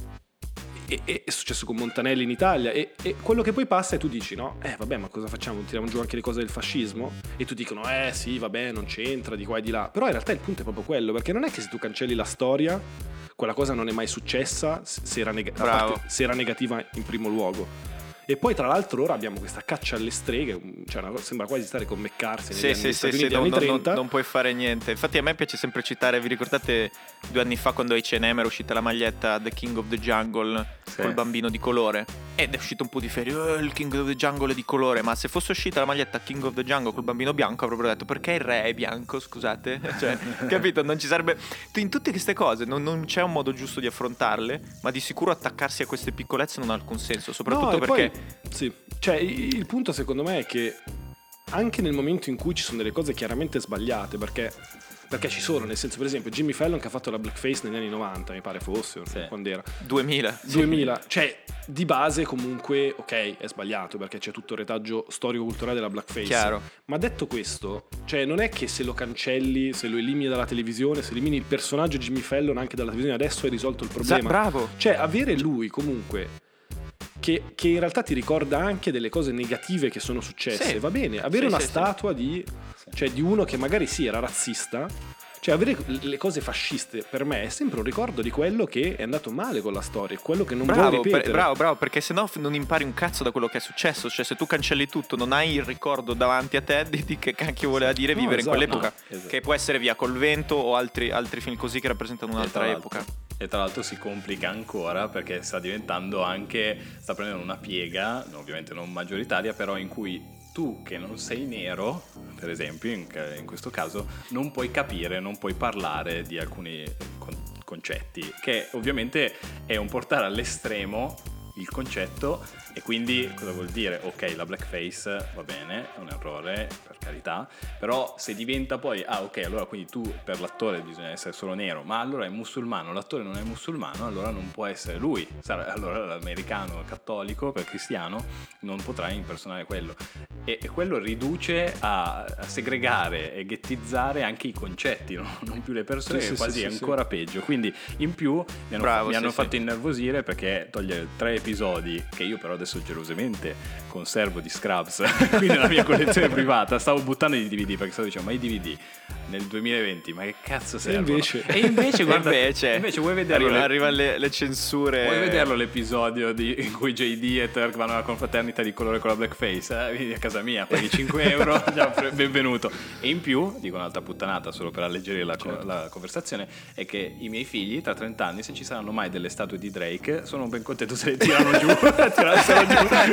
è, è- è successo con Montanelli in Italia e, e quello che poi passa e tu dici no, eh vabbè ma cosa facciamo, tiriamo giù anche le cose del fascismo? E tu dicono eh sì vabbè non c'entra di qua e di là, però in realtà il punto è proprio quello, perché non è che se tu cancelli la storia quella cosa non è mai successa se era, neg- a Bravo. parte- se era negativa in primo luogo. E poi tra l'altro ora abbiamo questa caccia alle streghe, cioè una cosa- sembra quasi stare con McCarthy negli Sì, anni, sì, sì, Stati sì, Uniti non, anni non- trenta. non puoi fare niente. Infatti a me piace sempre citare, vi ricordate due anni fa quando a acca e emme era uscita la maglietta The King of the Jungle Sì. col bambino di colore? Ed è uscito un po' di ferie, "Oh, il King of the Jungle è di colore", ma se fosse uscita la maglietta King of the Jungle col bambino bianco avrebbero detto perché il re è bianco, scusate? Cioè, capito? Non ci sarebbe... In tutte queste cose non, non c'è un modo giusto di affrontarle, ma di sicuro attaccarsi a queste piccolezze non ha alcun senso, soprattutto No, e perché... poi, sì, cioè il il punto secondo me è che anche nel momento in cui ci sono delle cose chiaramente sbagliate, perché, perché ci sono, nel senso per esempio Jimmy Fallon che ha fatto la blackface negli anni novanta, mi pare fosse, Sì. quando era? duemila. duemila, cioè di base comunque ok è sbagliato perché c'è tutto il retaggio storico-culturale della blackface. Chiaro. Ma detto questo, cioè non è che se lo cancelli, se lo elimini dalla televisione, se elimini il personaggio Jimmy Fallon anche dalla televisione adesso hai risolto il Sa- problema. bravo. Cioè avere lui comunque che, che in realtà ti ricorda anche delle cose negative che sono successe, Sì. va bene. Avere Sì, una sì, sì. statua di, cioè, di uno che magari sì era razzista, cioè avere le cose fasciste per me è sempre un ricordo di quello che è andato male con la storia, quello che non vuoi Bravo, ripetere. per- bravo, bravo, perché sennò f- non impari un cazzo da quello che è successo. Cioè, se tu cancelli tutto, non hai il ricordo davanti a te di, di che cacchio voleva dire No, vivere esatto, in quell'epoca. no, esatto. Che può essere Via col vento o altri, altri film così che rappresentano E tra un'altra l'altro- epoca. E tra l'altro si complica ancora perché sta diventando anche, sta prendendo una piega, ovviamente non maggioritaria, però in cui tu che non sei nero, per esempio, in, in questo caso, non puoi capire, non puoi parlare di alcuni con- concetti, che ovviamente è un portare all'estremo il concetto. E quindi cosa vuol dire? Ok, la blackface va bene, è un errore, per carità, però se diventa poi, ah ok, allora quindi tu per l'attore bisogna essere solo nero, ma allora è musulmano, l'attore non è musulmano, allora non può essere lui, Sarà- allora l'americano cattolico, per cristiano, non potrà impersonare quello. E, e quello riduce a, a segregare e ghettizzare anche i concetti, no? Non più le persone, Sì, che sì, quasi sì, è sì, ancora peggio. Quindi in più mi hanno, Bravo, mi sì, hanno sì. fatto innervosire perché togliere tre episodi che io però adesso gelosamente conservo di Scrubs qui nella mia collezione privata, stavo buttando i D V D perché stavo dicendo ma i D V D nel duemilaventi ma che cazzo servono? invece? e invece guarda, E invece, invece vuoi vederlo arriva, le- arriva le, le censure. Vuoi vederlo l'episodio di- in cui J D e Turk vanno alla confraternita di colore con la blackface? Eh, vieni a casa mia, paghi cinque euro, già, benvenuto. E in più, dico un'altra puttanata solo per alleggerire la, co- la conversazione, è che i miei figli tra trenta anni, se ci saranno mai delle statue di Drake, sono ben contento se le tirano giù, tirassero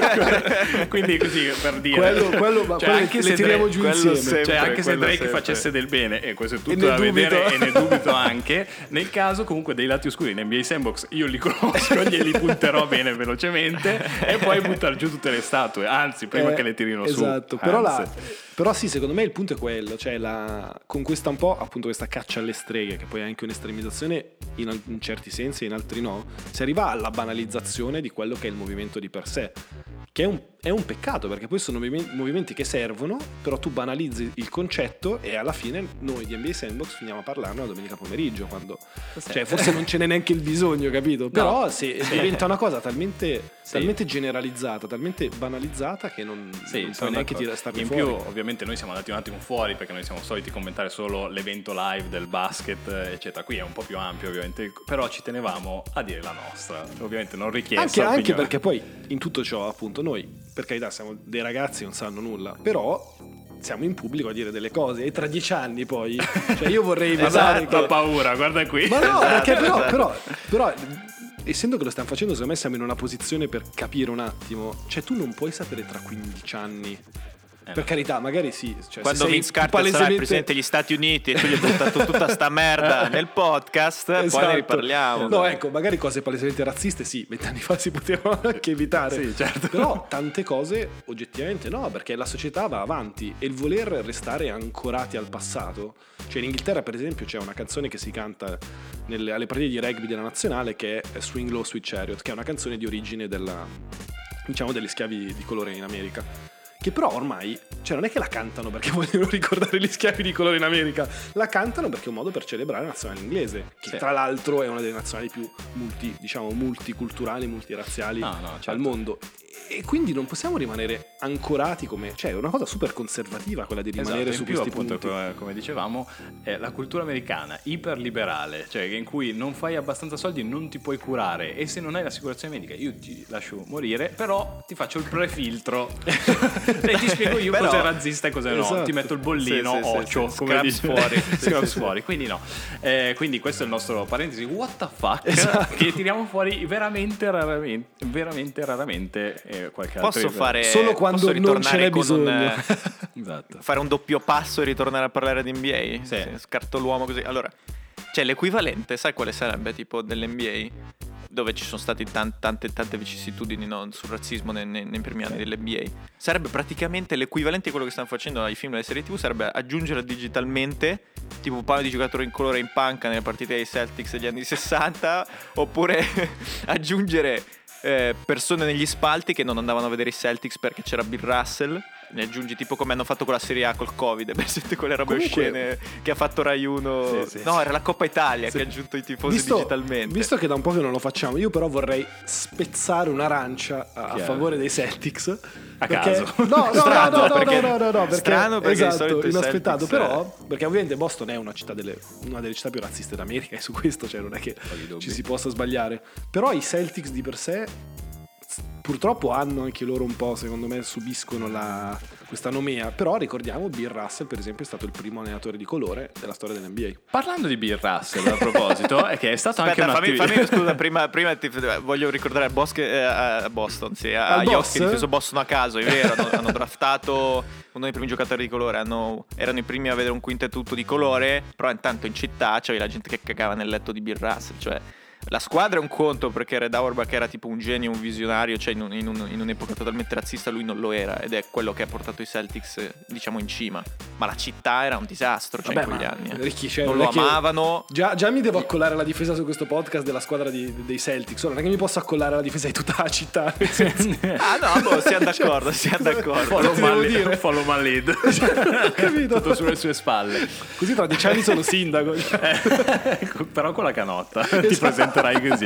giù. Quindi così per dire. Quello, quello, ma Cioè, quello anche le se tiriamo Drake- giù quello insieme. sempre. cioè anche se quello Drake sempre. facesse del bene, e questo è E tutto ne da dubito. vedere e ne dubito anche, nel caso comunque dei lati oscuri in N B A Sandbox io li conosco, glieli punterò bene velocemente e poi buttare giù tutte le statue, anzi prima Eh, che le tirino su. esatto, però, la, Anzi. però sì, secondo me il punto è quello, cioè la, con questa un po' appunto questa caccia alle streghe, che poi è anche un'estremizzazione in, in certi sensi e in altri no, si arriva alla banalizzazione di quello che è il movimento di per sé, che è, un, è un peccato, perché poi sono movimenti, movimenti che servono, però tu banalizzi il concetto e alla fine noi di N B A Sandbox finiamo a parlarne la domenica pomeriggio, quando cioè forse non ce n'è neanche il bisogno, capito? Però No. se diventa una cosa talmente, Sì. talmente generalizzata, talmente banalizzata che non, Sì, non sono puoi neanche d'accordo. tira- starne In fuori. più, ovviamente, noi siamo andati un attimo fuori perché noi siamo soliti commentare solo l'evento live del basket, eccetera. Qui è un po' più ampio, ovviamente, però ci tenevamo a dire la nostra. Ovviamente non richiesta. Anche, anche opinione. perché poi in tutto ciò, appunto, noi per carità siamo dei ragazzi, non sanno nulla, però siamo in pubblico a dire delle cose e tra dieci anni poi, cioè io vorrei pensare Esatto, ho che... paura, guarda qui. Ma no, Esatto, perché però, esatto. però, però, essendo che lo stiamo facendo, secondo me siamo in una posizione per capire un attimo, cioè tu non puoi sapere tra quindici anni. Per carità, magari sì. Cioè, Quando se sei Vince Carter sarà il palesemente- presidente degli Stati Uniti e tu gli hai buttato tutta sta merda nel podcast, poi Esatto. ne riparliamo. No, ecco, magari cose palesemente razziste sì, vent'anni fa si potevano anche evitare. Sì, certo. Però tante cose oggettivamente no, perché la società va avanti e il voler restare ancorati al passato. Cioè in Inghilterra, per esempio, c'è una canzone che si canta nelle, alle partite di rugby della nazionale che è Swing Low Sweet Chariot, che è una canzone di origine della, diciamo, degli schiavi di colore in America. Che però ormai, cioè non è che la cantano perché vogliono ricordare gli schiavi di colore in America, la cantano perché è un modo per celebrare la nazionale inglese, che Sì. tra l'altro è una delle nazionali più multi, diciamo, multiculturali, multirazziali No, no, certo. al mondo. E quindi non possiamo rimanere ancorati come, cioè è una cosa super conservativa quella di rimanere Esatto, su in più, questi appunto, punti. come, come dicevamo, è la cultura americana iperliberale, cioè in cui non fai abbastanza soldi non ti puoi curare e se non hai l'assicurazione medica io ti lascio morire, però ti faccio il prefiltro e ti spiego io Però- cos'è razzista e cos'è no, Esatto. ti metto il bollino Sì, sì, sì, occhio sì. come Scraps dice fuori. Scraps fuori, quindi no. Eh, quindi questo è il nostro parentesi what the fuck Esatto. che tiriamo fuori veramente raramente, veramente raramente eh, qualche altro Posso fare Solo quando posso non ce n'è ritornare con un, bisogno. eh, esatto. fare un doppio passo e ritornare a parlare di N B A? Sì. Scarto l'uomo così. Allora, cioè l'equivalente, sai quale sarebbe tipo dell'N B A? Dove ci sono state tan- tante tante vicissitudini, no, sul razzismo nei, nei, nei primi anni dell'N B A. Sarebbe praticamente l'equivalente di quello che stanno facendo ai film e alle serie tivù, sarebbe aggiungere digitalmente tipo un paio di giocatori in colore in panca nelle partite dei Celtics degli anni sessanta, oppure aggiungere eh, persone negli spalti che non andavano a vedere i Celtics perché c'era Bill Russell. Ne aggiungi tipo come hanno fatto con la Serie A col Covid, per sentire quelle robe Comunque- oscene che ha fatto Rai uno. Sì, sì, no, sì. era la Coppa Italia Sì. che ha aggiunto i tifosi Visto, digitalmente. visto che da un po' che non lo facciamo, io però vorrei spezzare un'arancia a, a Chiaro. favore dei Celtics. A perché- caso. No, no, Strano, no, no, perché- no, no, no, no, perché, strano perché di esatto, solito i inaspettato. Celtics, Però, perché ovviamente Boston è una città delle, una delle città più razziste d'America e su questo cioè, non è che Pochi dubbi. ci si possa sbagliare. Però i Celtics di per sé purtroppo hanno anche loro un po', secondo me, subiscono la, questa nomea. Però ricordiamo Bill Russell, per esempio, è stato il primo allenatore di colore della storia dell'N B A. Parlando di Bill Russell a proposito è che è stato Aspetta, anche un fammi, fammi scusa, prima, prima ti, voglio ricordare a, Bosque, eh, a Boston, sì, a, Al a boss? Yost, che difeso Boston a caso, è vero, hanno, hanno draftato uno dei primi giocatori di colore, hanno, erano i primi a vedere un quintetto tutto di colore, però intanto in città c'avevi la gente che cagava nel letto di Bill Russell, cioè la squadra è un conto perché Red Auerbach era tipo un genio, un visionario, cioè in, un, in, un, in un'epoca totalmente razzista lui non lo era ed è quello che ha portato i Celtics eh, diciamo in cima, ma la città era un disastro, cioè Vabbè, in quegli ma anni eh. Ricky, cioè, non non lo è che- amavano. Già, già mi devo accollare alla difesa su questo podcast della squadra di- dei Celtics. Ora, non è che mi posso accollare alla difesa di tutta la città. Nel senso- Ah no, boh, siamo d'accordo, siamo d'accordo. follow, Ti devo my, dire. follow my lead Ho capito. tutto sulle sue spalle. Così tra dieci anni sono sindaco. Eh, però con la canotta ti presenterai così.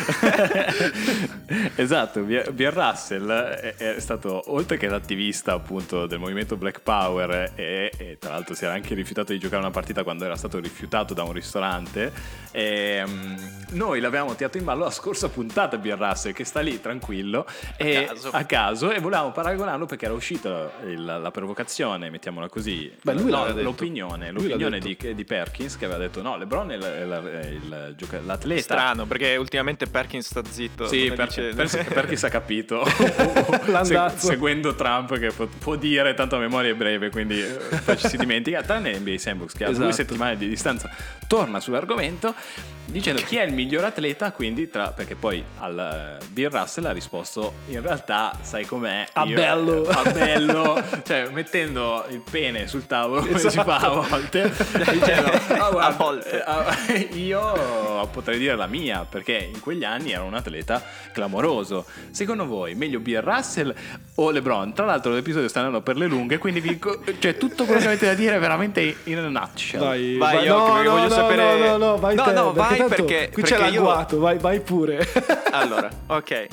Esatto, Bill Bill Russell è, è stato, oltre che l'attivista appunto del movimento Black Power e, e tra l'altro si era anche rifiutato di giocare una partita quando era stato rifiutato da un ristorante, e, um, noi l'avevamo tirato in ballo la scorsa puntata Bill Russell che sta lì tranquillo e, caso. a caso e volevamo paragonarlo perché era uscita il- la provocazione, mettiamola così. Beh, lui No, l'aveva detto. l'opinione, Lui l'ha l'opinione detto. di, di Perkins che aveva detto no, LeBron è il, il- il gioca- l'atleta. Strano, perché ultimamente Perkins sta zitto. Sì, come per, dice- per, per chi si è capito, L'andazzo. seguendo Trump che può, può dire, tanto a memoria è breve, quindi eh, poi ci si dimentica, tranne N B A Sandbox che a Esatto. due settimane di distanza torna sull'argomento dicendo chi è il miglior atleta, quindi tra, perché poi al uh, Bill Russell ha risposto in realtà sai com'è, A io- bello. a bello, cioè mettendo il pene sul tavolo come si fa a volte, dicendo "Ah, guarda, A volte. eh, io potrei dire la mia, perché in quegli anni era un atleta clamoroso. Secondo voi meglio Bill Russell o LeBron? Tra l'altro l'episodio sta andando per le lunghe, quindi vi, cioè tutto quello che avete da dire è veramente in a nutshell. Vai, Vai, no, Yoki, perché no, voglio no, sapere- no, no, no, vai No, te, no, vai tanto perché- qui perché c'è io- l'agguato, vai, vai pure. Allora, ok.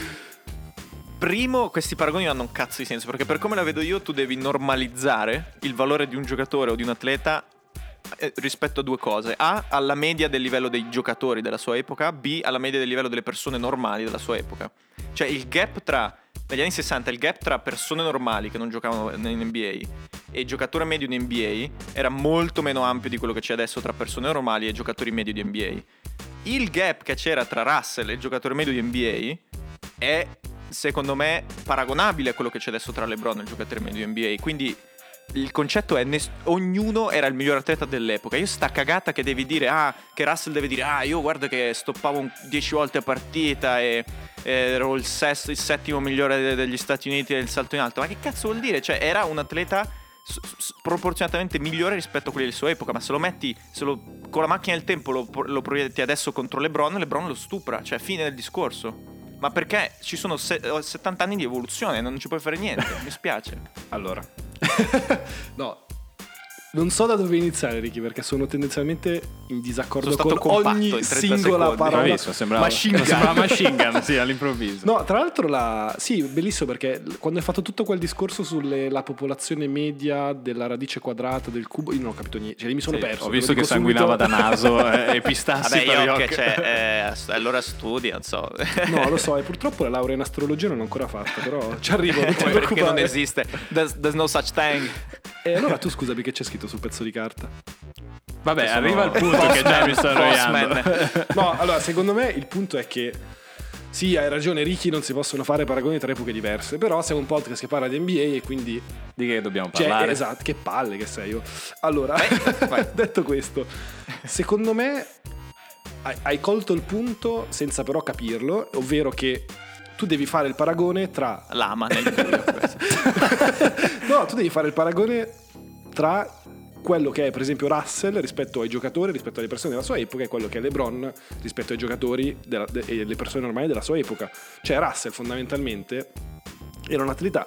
Primo, questi paragoni non hanno un cazzo di senso, perché per come la vedo io tu devi normalizzare il valore di un giocatore o di un atleta eh, rispetto a due cose. A, alla media del livello dei giocatori della sua epoca. B, alla media del livello delle persone normali della sua epoca. Cioè il gap tra, negli anni sessanta, il gap tra persone normali che non giocavano in N B A e giocatore medio in N B A era molto meno ampio di quello che c'è adesso tra persone normali e giocatori medio di N B A. Il gap che c'era tra Russell e il giocatore medio di N B A è, secondo me, paragonabile a quello che c'è adesso tra LeBron e il giocatore medio di N B A. Quindi il concetto è ness- ognuno era il miglior atleta dell'epoca. Io sta cagata che devi dire ah che Russell deve dire ah io guarda che stoppavo dieci volte a partita e, e ero il, sesto, il settimo migliore de- degli Stati Uniti del salto in alto. Ma che cazzo vuol dire? Cioè era un atleta s- s- proporzionatamente migliore rispetto a quelli della sua epoca. Ma se lo metti se lo, con la macchina del tempo lo, lo proietti adesso contro LeBron, LeBron lo stupra. Cioè fine del discorso. Ma perché ci sono se- settanta anni di evoluzione, non ci puoi fare niente, mi spiace. Allora, no, non so da dove iniziare, Ricky, perché sono tendenzialmente in disaccordo Sono con stato compatto ogni in trenta singola secondi. parola. Bravissimo, sembrava Machine gun. sembrava machine gun, sì, all'improvviso. No, tra l'altro la... sì, bellissimo perché quando hai fatto tutto quel discorso sulla popolazione media della radice quadrata del cubo, io non ho capito niente, cioè mi sono Sì, perso. ho ve visto lo che dico sanguinava subito. da naso e, e pistassi Vabbè, per io gli che occhi. c'è, eh, allora studia, non so. No, lo so, e purtroppo la laurea in astrologia non l'ho ancora fatta, però ci arrivo, non ti Come perché non preoccupare. esiste. There's, there's no such thing. E allora tu scusami che c'è scritto sul pezzo di carta? Vabbè, Sono- arriva il punto che già mi sto annoiando. Postman. No, allora secondo me il punto è che sì, hai ragione Ricky, non si possono fare paragoni tra epoche diverse, però siamo un podcast che parla di N B A e quindi Di che dobbiamo cioè, parlare? esatto, che palle che sei io. Allora, vai. detto questo, secondo me hai, hai colto il punto senza però capirlo, ovvero che tu devi fare il paragone tra Lama nel buio. questo. no, tu devi fare il paragone tra quello che è per esempio Russell rispetto ai giocatori, rispetto alle persone della sua epoca, e quello che è LeBron rispetto ai giocatori della, de, e le persone normali della sua epoca. Cioè Russell fondamentalmente era un atleta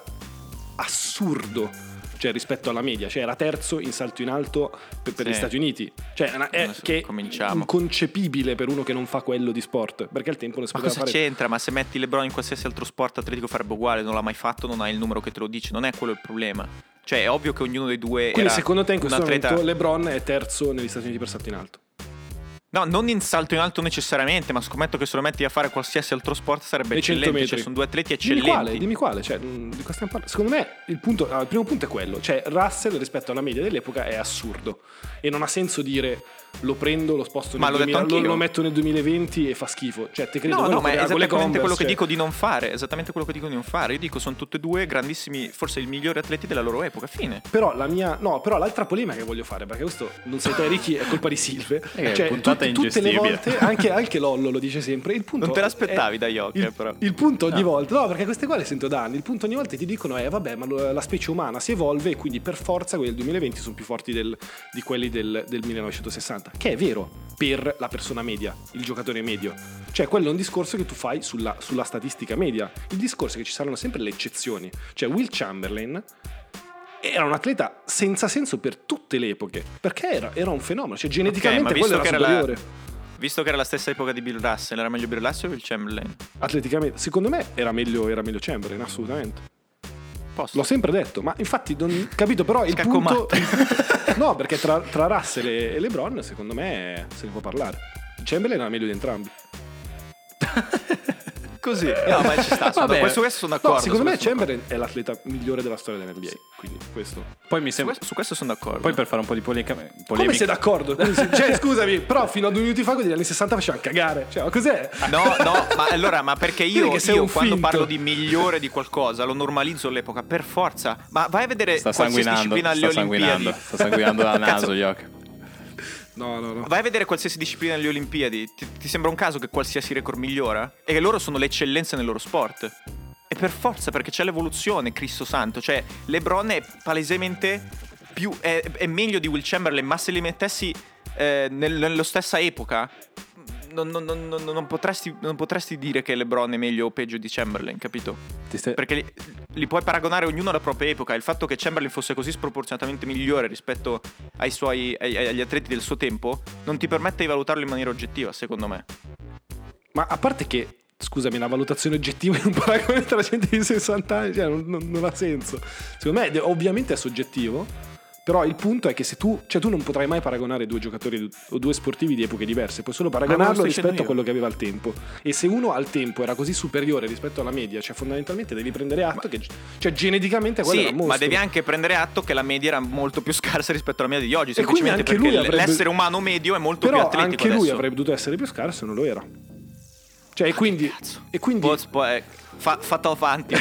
assurdo, cioè rispetto alla media, cioè era terzo in salto in alto per, per Sì. gli Stati Uniti, cioè è, una- è Adesso che cominciamo. inconcepibile per uno che non fa quello di sport, perché al tempo non si Ma poteva cosa fare. c'entra? Ma se metti LeBron in qualsiasi altro sport atletico farebbe uguale, non l'ha mai fatto, non hai il numero che te lo dice, non è quello il problema. Cioè è ovvio che ognuno dei due Quindi era secondo te in un questo atleta... momento LeBron è terzo negli Stati Uniti per salto in alto? No, non in salto in alto necessariamente, ma scommetto che se lo metti a fare qualsiasi altro sport sarebbe Nei cento eccellente. metri. Cioè sono due atleti Dimmi eccellenti. quale, dimmi quale, cioè, mh, di cosa stiamo parlando? Secondo me il, punto, ah, il primo punto è quello, cioè Russell rispetto alla media dell'epoca è assurdo e non ha senso dire lo prendo, lo sposto Ma nel l'ho detto duemila, lo, anch'io. lo metto nel duemilaventi e fa schifo, cioè te credo No, quello no, ma che è ha con le esattamente quello Converse, che cioè. dico di non fare. Esattamente quello che dico di non fare. Io dico sono tutti e due grandissimi, forse i migliori atleti della loro epoca. Fine. Però la mia, no, però l'altra polemica che voglio fare, perché questo non sei te Ricky, è colpa di Silve, Eh, cioè puntata tutte, tutte le ingestibile. volte, anche, anche Lollo lo dice sempre, il punto Non te l'aspettavi è- da Yoke, il, però. il punto ogni No. volta, no, perché queste qua le sento da anni, il punto ogni volta ti dicono è vabbè, ma lo- la specie umana si evolve e quindi per forza quelli del duemilaventi sono più forti del- di quelli del, del millenovecentosessanta, che è vero per la persona media, il giocatore medio. Cioè quello è un discorso che tu fai sulla, sulla statistica media. Il discorso è che ci saranno sempre le eccezioni. Cioè Will Chamberlain era un atleta senza senso per tutte le epoche, perché era, era un fenomeno, cioè geneticamente ma quello visto era che era la- superiore. Visto che era la stessa epoca di Bill Russell, era meglio Bill Russell o Will Chamberlain? Atleticamente, secondo me era meglio, era meglio Chamberlain, assolutamente. Posso? L'ho sempre detto, ma infatti non capito, però il Scacco punto matte. no, perché tra, tra Russell e, e LeBron secondo me se ne può parlare. Chamberlain era meglio di entrambi. Così. No, ma ci sta. Sono, Vabbè. questo, questo sono d'accordo. No, secondo su me questo sono Chamberlain è l'atleta migliore della storia dell'N B A, quindi questo. Poi mi Su sembra. questo, su questo sono d'accordo. Poi per fare un po' di polemica. Come polemica sei d'accordo? Cioè, scusami, però fino a due minuti fa quelli degli anni sessanta facevano cagare. Cioè, ma cos'è? No, no, ma allora, ma perché io, Vedi che sei io un quando finto. parlo di migliore di qualcosa lo normalizzo all'epoca per forza. Ma vai a vedere sta qualsiasi sanguinando, disciplina alle sta Olimpiadi. sanguinando, sta sanguinando dal Cazzo. naso, Yoke. No, no, no. Vai a vedere qualsiasi disciplina delle Olimpiadi. Ti, ti sembra un caso che qualsiasi record migliora? E che loro sono l'eccellenza nel loro sport. E per forza, perché c'è l'evoluzione, Cristo santo. Cioè, LeBron è palesemente più è, è meglio di Will Chamberlain, ma se li mettessi eh, nel, nello stessa epoca non, non, non, non, potresti, non potresti dire che LeBron è meglio o peggio di Chamberlain, capito? Stai... Perché li, li puoi paragonare ognuno alla propria epoca. Il fatto che Chamberlain fosse così sproporzionatamente migliore rispetto ai suoi, ai, agli atleti del suo tempo non ti permette di valutarlo in maniera oggettiva, secondo me. Ma a parte che, scusami, una valutazione oggettiva in un paragone tra gente di sessanta anni, cioè, non, non, non ha senso. Secondo me ovviamente è soggettivo, però il punto è che se tu, cioè tu non potrai mai paragonare due giocatori o due sportivi di epoche diverse, puoi solo paragonarlo rispetto a quello che aveva al tempo. E se uno al tempo era così superiore rispetto alla media, cioè fondamentalmente devi prendere atto ma... che, cioè geneticamente quello sì, era un mostro. Ma devi anche prendere atto che la media era molto più scarsa rispetto alla media di oggi, semplicemente perché lui avrebbe... l'essere umano medio è molto però più atletico anche lui adesso. avrebbe dovuto essere più scarso e non lo era. Cioè, e quindi, e quindi... Poz, po- eh, fa, fatto avanti.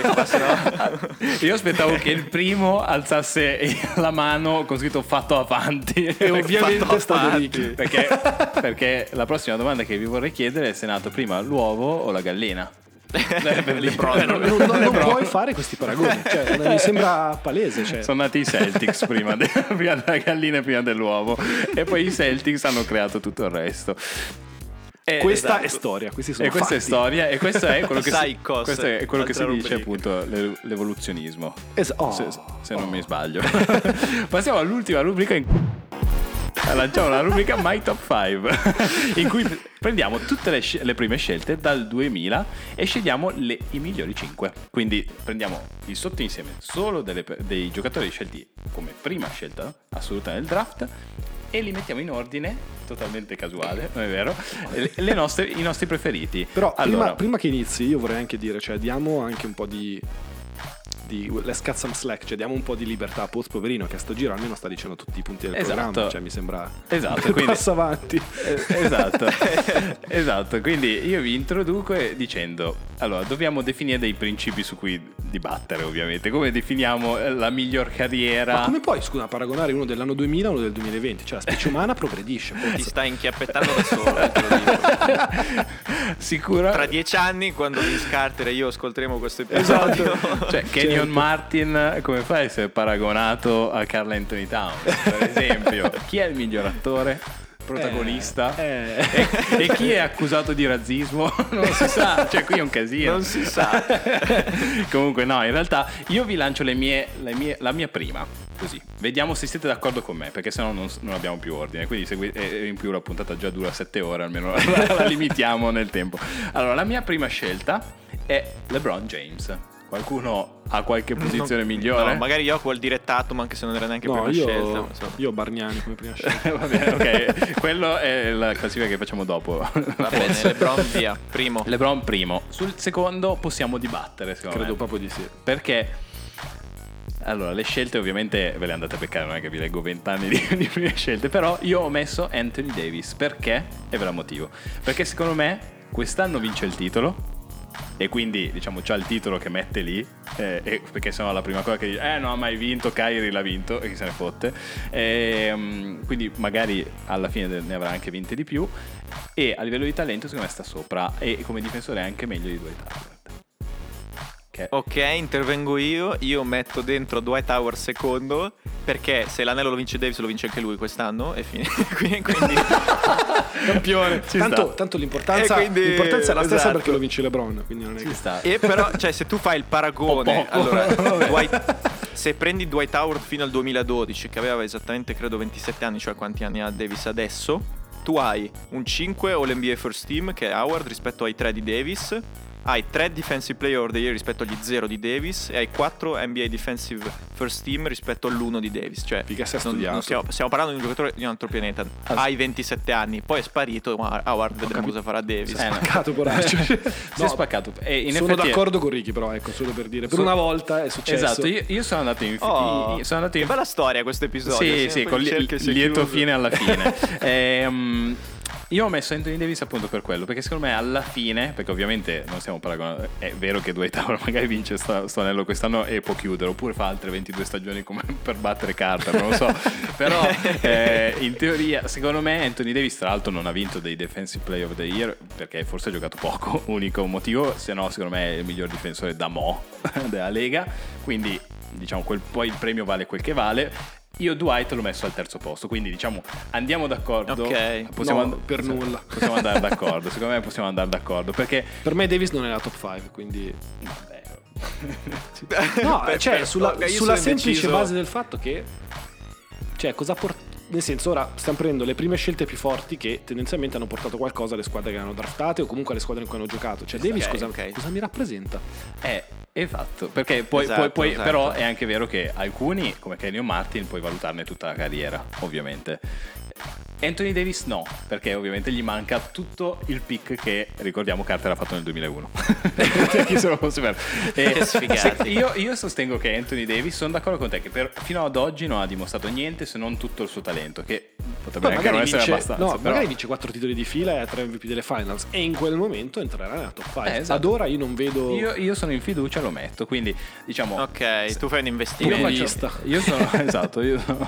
Io aspettavo che il primo alzasse la mano con scritto fatto avanti. E ovviamente è stato Ricky. Perché, perché la prossima domanda che vi vorrei chiedere è se è nato prima l'uovo o la gallina. Per LeBron. Non, non, non, non puoi fare questi paragoni, cioè, mi sembra palese. Cioè. Sono nati i Celtics prima, de- prima della gallina e prima dell'uovo. E poi i Celtics hanno creato tutto il resto. Eh, questa esatto. è storia, questi sono e questa fatti. è storia e questo è quello che Sai si, cosa, questo è quello che si rubrica. dice appunto l'e- l'evoluzionismo. Es- oh, se, se non oh. mi sbaglio. Passiamo all'ultima rubrica in lanciamo la rubrica My Top cinque in cui prendiamo tutte le, sc- le prime scelte dal duemila e scegliamo le, i migliori cinque. Quindi prendiamo il sottoinsieme solo delle, dei giocatori scelti come prima scelta assoluta nel draft e li mettiamo in ordine totalmente casuale, non è vero? Le nostre, i nostri preferiti. Però allora, prima, prima che inizi io vorrei anche dire, cioè diamo anche un po' di di let's cut some slack, cioè diamo un po' di libertà a Poz, poverino, che a sto giro almeno sta dicendo tutti i punti del esatto. programma, cioè mi sembra esatto, quindi passa avanti. Eh, esatto. Esatto, quindi io vi introduco dicendo, allora, dobbiamo definire dei principi su cui dibattere, ovviamente. Come definiamo la miglior carriera? Ma come puoi, scusa, paragonare uno dell'anno duemila a uno del duemilaventi? Cioè la specie umana progredisce. Ti stai inchiappettando da solo, eh, te lo dico. Sicuro? Tra dieci anni, quando Vince Carter e io ascolteremo questo episodio, esatto. Cioè Kenyon certo. Martin, come fai a essere paragonato a Karl Anthony Towns, per esempio? Chi è il miglior attore? Protagonista eh, eh. E, e chi è accusato di razzismo non si sa, cioè qui è un casino, non si sa. Comunque no, in realtà io vi lancio le mie, le mie, la mia prima, così vediamo se siete d'accordo con me, perché sennò non, non abbiamo più ordine, quindi segui, e in più la puntata già dura sette ore, almeno la, la limitiamo nel tempo. Allora, la mia prima scelta è LeBron James. Qualcuno ha qualche posizione no, migliore? No, magari io ho quel direttato, ma anche se non era neanche no, prima io, scelta. Io ho Bargnani come prima scelta. Va bene, ok. Quello è la classifica che facciamo dopo. Va bene, LeBron via, primo. LeBron primo. Sul secondo possiamo dibattere, secondo Credo me. proprio di sì. Perché? Allora, le scelte ovviamente ve le andate a peccare, non è che vi leggo vent'anni di, di prime scelte, però io ho messo Anthony Davis. Perché? E ve la motivo. Perché secondo me quest'anno vince il titolo. E quindi diciamo c'ha il titolo che mette lì eh, e perché sennò la prima cosa che dice eh non ha mai vinto, Kyrie l'ha vinto e chi se ne fotte e, um, quindi magari alla fine ne avrà anche vinte di più e a livello di talento secondo me sta sopra e come difensore è anche meglio di Dwight Howard. Okay. Ok, intervengo io. Io metto dentro Dwight Howard secondo, perché se l'anello lo vince Davis lo vince anche lui quest'anno e fine. quindi campione. Tanto, tanto l'importanza, quindi, l'importanza è la stessa, esatto. Perché lo vince LeBron, quindi non è Ci che sta. E però, cioè, se tu fai il paragone, allora Dwight, se prendi Dwight Howard fino al duemiladodici, che aveva esattamente credo ventisette anni, cioè quanti anni ha Davis adesso, tu hai un cinque All N B A First Team che è Howard rispetto ai tre di Davis, hai tre Defensive Player of the Year rispetto agli zero di Davis e hai quattro N B A Defensive First Team rispetto all'uno di Davis. Cioè Figa, si è non, studiato. non stiamo, stiamo parlando di un giocatore di un altro pianeta. Ah, hai ventisette anni, poi è sparito, ma Howard vedremo cosa farà Davis. Si è spaccato, poraccio. Si no, è spaccato. E in sono effetti d'accordo con Ricky, però ecco, solo per dire, per so, una volta è successo. Esatto, io, io sono andato in oh, sono andato in che bella storia questo episodio. Sì, sì, con li, lieto fine alla fine. ehm Io ho messo Anthony Davis appunto per quello, perché secondo me alla fine, perché ovviamente non stiamo paragonando, è vero che Dwight Howard magari vince sto, sto anello quest'anno e può chiudere, oppure fa altre ventidue stagioni come per battere Carter, non lo so, però eh, in teoria secondo me Anthony Davis tra l'altro non ha vinto dei Defensive Player of the Year perché forse ha giocato poco, unico motivo, se no secondo me è il miglior difensore da mo' della Lega, quindi diciamo quel, poi il premio vale quel che vale. Io Dwight l'ho messo al terzo posto, quindi diciamo andiamo d'accordo. Ok. Possiamo and- no, per possiamo, nulla. Possiamo andare d'accordo, secondo me possiamo andare d'accordo perché Per me Davis non è la top cinque, quindi vabbè, no, Perfetto. cioè sulla, Ok, io sulla sono semplice indeciso. base del fatto che cioè cosa porta, nel senso ora stiamo prendendo le prime scelte più forti che tendenzialmente hanno portato qualcosa alle squadre che hanno draftate o comunque alle squadre in cui hanno giocato, cioè Davis Ok, cosa, ok. cosa mi rappresenta? Eh, esatto, perché poi, Esatto, poi, poi esatto. però è anche vero che alcuni, come Kenyon Martin, puoi valutarne tutta la carriera, ovviamente. Anthony Davis no, perché ovviamente gli manca tutto il pick che ricordiamo Carter ha fatto nel duemilauno. Chi se lo posso fare? E Che sfigati. se- io, io sostengo che Anthony Davis, sono d'accordo con te, che per, fino ad oggi non ha dimostrato niente se non tutto il suo talento, che potrebbe Poi anche non magari essere vince, abbastanza. no, però- magari vince quattro titoli di fila e ha tre M V P delle finals e in quel momento entrerà nella top cinque. Eh, esatto. Ad ora io non vedo io, io sono in fiducia, lo metto, quindi diciamo... Ok, tu fai un Io, investimento. Io faccio, faccio- io sono esatto, io sono,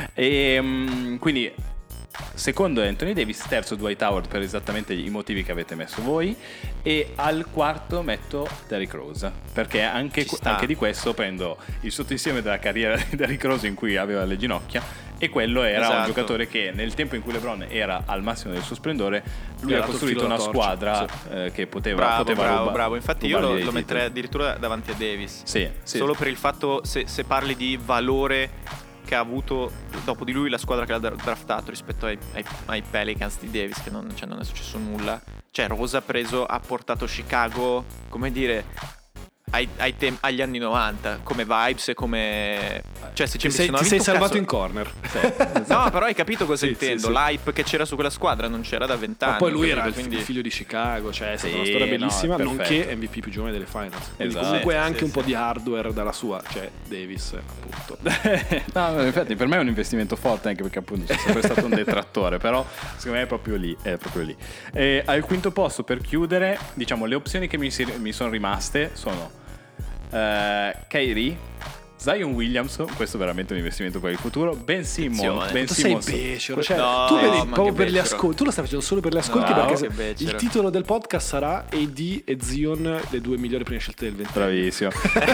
e mm, quindi secondo è Anthony Davis, terzo Dwight Howard per esattamente i motivi che avete messo voi e al quarto metto Derrick Rose perché anche, Ci sta. anche di questo prendo il sottoinsieme della carriera di Derrick Rose in cui aveva le ginocchia e quello era un Esatto. giocatore che nel tempo in cui LeBron era al massimo del suo splendore lui Gli ha ha dato costruito il filo una da torcia, squadra sì. eh, che poteva, Bravo, poteva bravo, ruba- bravo. Infatti io rubargli lo, dei lo titoli. metterei addirittura davanti a Davis. Sì, sì. Solo per il fatto, se, se parli di valore che ha avuto dopo di lui la squadra che l'ha dra- draftato rispetto ai, ai, ai Pelicans di Davis, che non, cioè, non è successo nulla. Cioè Rose ha preso, ha portato Chicago, come dire, ai, ai tem- agli anni novanta, come vibes e come... Cioè se ci ti sei, se non ti ha sei vinto un salvato cazzo- in corner. No, però hai capito cosa Sì, intendo. sì, sì. L'hype che c'era su quella squadra non c'era da vent'anni. Ma poi lui era il capito? Quindi... figlio di Chicago, cioè è stata Sì, una storia no, bellissima, è nonché perfetto. M V P più giovane delle finals. Quindi Esatto. comunque Sì, anche sì, un po' sì. di hardware dalla sua, cioè Davis appunto. No, no, infatti per me è un investimento forte anche perché appunto sono sempre stato un detrattore, però secondo me è proprio lì, è proprio lì. E al quinto posto per chiudere, diciamo le opzioni che mi, si- mi sono rimaste sono eh, Kyrie, Zion Williamson, questo è veramente un investimento per il futuro, Ben Simmons, Attenzione. Ben Tu sei Simmons. becero, cioè, No, tu vedi ma proprio che per gli becero. ascolti, tu lo stai facendo solo per gli ascolti No, perché che se- il becero. titolo del podcast sarà A D e Zion, le due migliori prime scelte del ventennio. Bravissimo.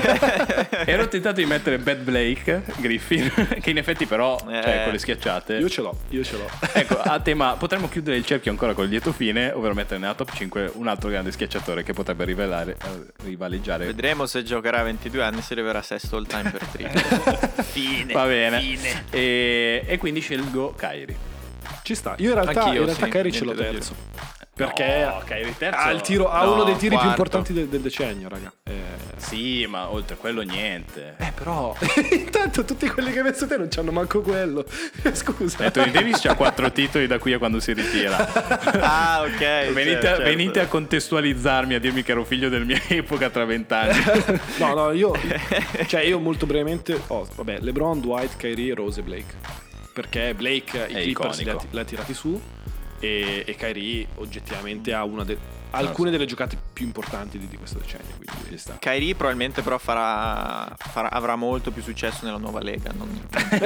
Ero tentato di mettere Bad Blake Griffin, che in effetti però, cioè, Eh. con le schiacciate. Io ce l'ho, io ce l'ho. Ecco, a tema potremmo chiudere il cerchio ancora col lieto fine, ovvero mettere nella top cinque un altro grande schiacciatore che potrebbe rivelare, eh, rivaleggiare. Vedremo se giocherà a ventidue anni, se arriverà sesto all time per triple. Fine. Va bene. Fine. E, e quindi scelgo Kyrie. Ci sta. Io in realtà, Anch'io, in realtà sì, Kyrie ce l'ho niente da terzo. Perché No, Kyrie terzo. ha, il tiro, ha No, uno dei tiri più quarto. importanti del, del decennio, raga. Eh, Sì, ma oltre a quello niente. eh, però intanto tutti quelli che hai messo te non c'hanno manco quello. Scusa. Anthony Davis c'ha quattro titoli da qui a quando si ritira. Ah, ok. venite, certo. venite a contestualizzarmi, a dirmi che ero figlio del mia epoca tra vent'anni. No, no, io cioè io molto brevemente ho, vabbè, LeBron, Dwight, Kyrie, Rose e Blake. Perché Blake i È Clippers li ha, iconico. li ha tirati su e, e Kyrie oggettivamente ha una de- alcune delle giocate più importanti di, di questo decennio, quindi Ci sta. Kyrie probabilmente però farà, farà- avrà molto più successo nella nuova Lega. Non...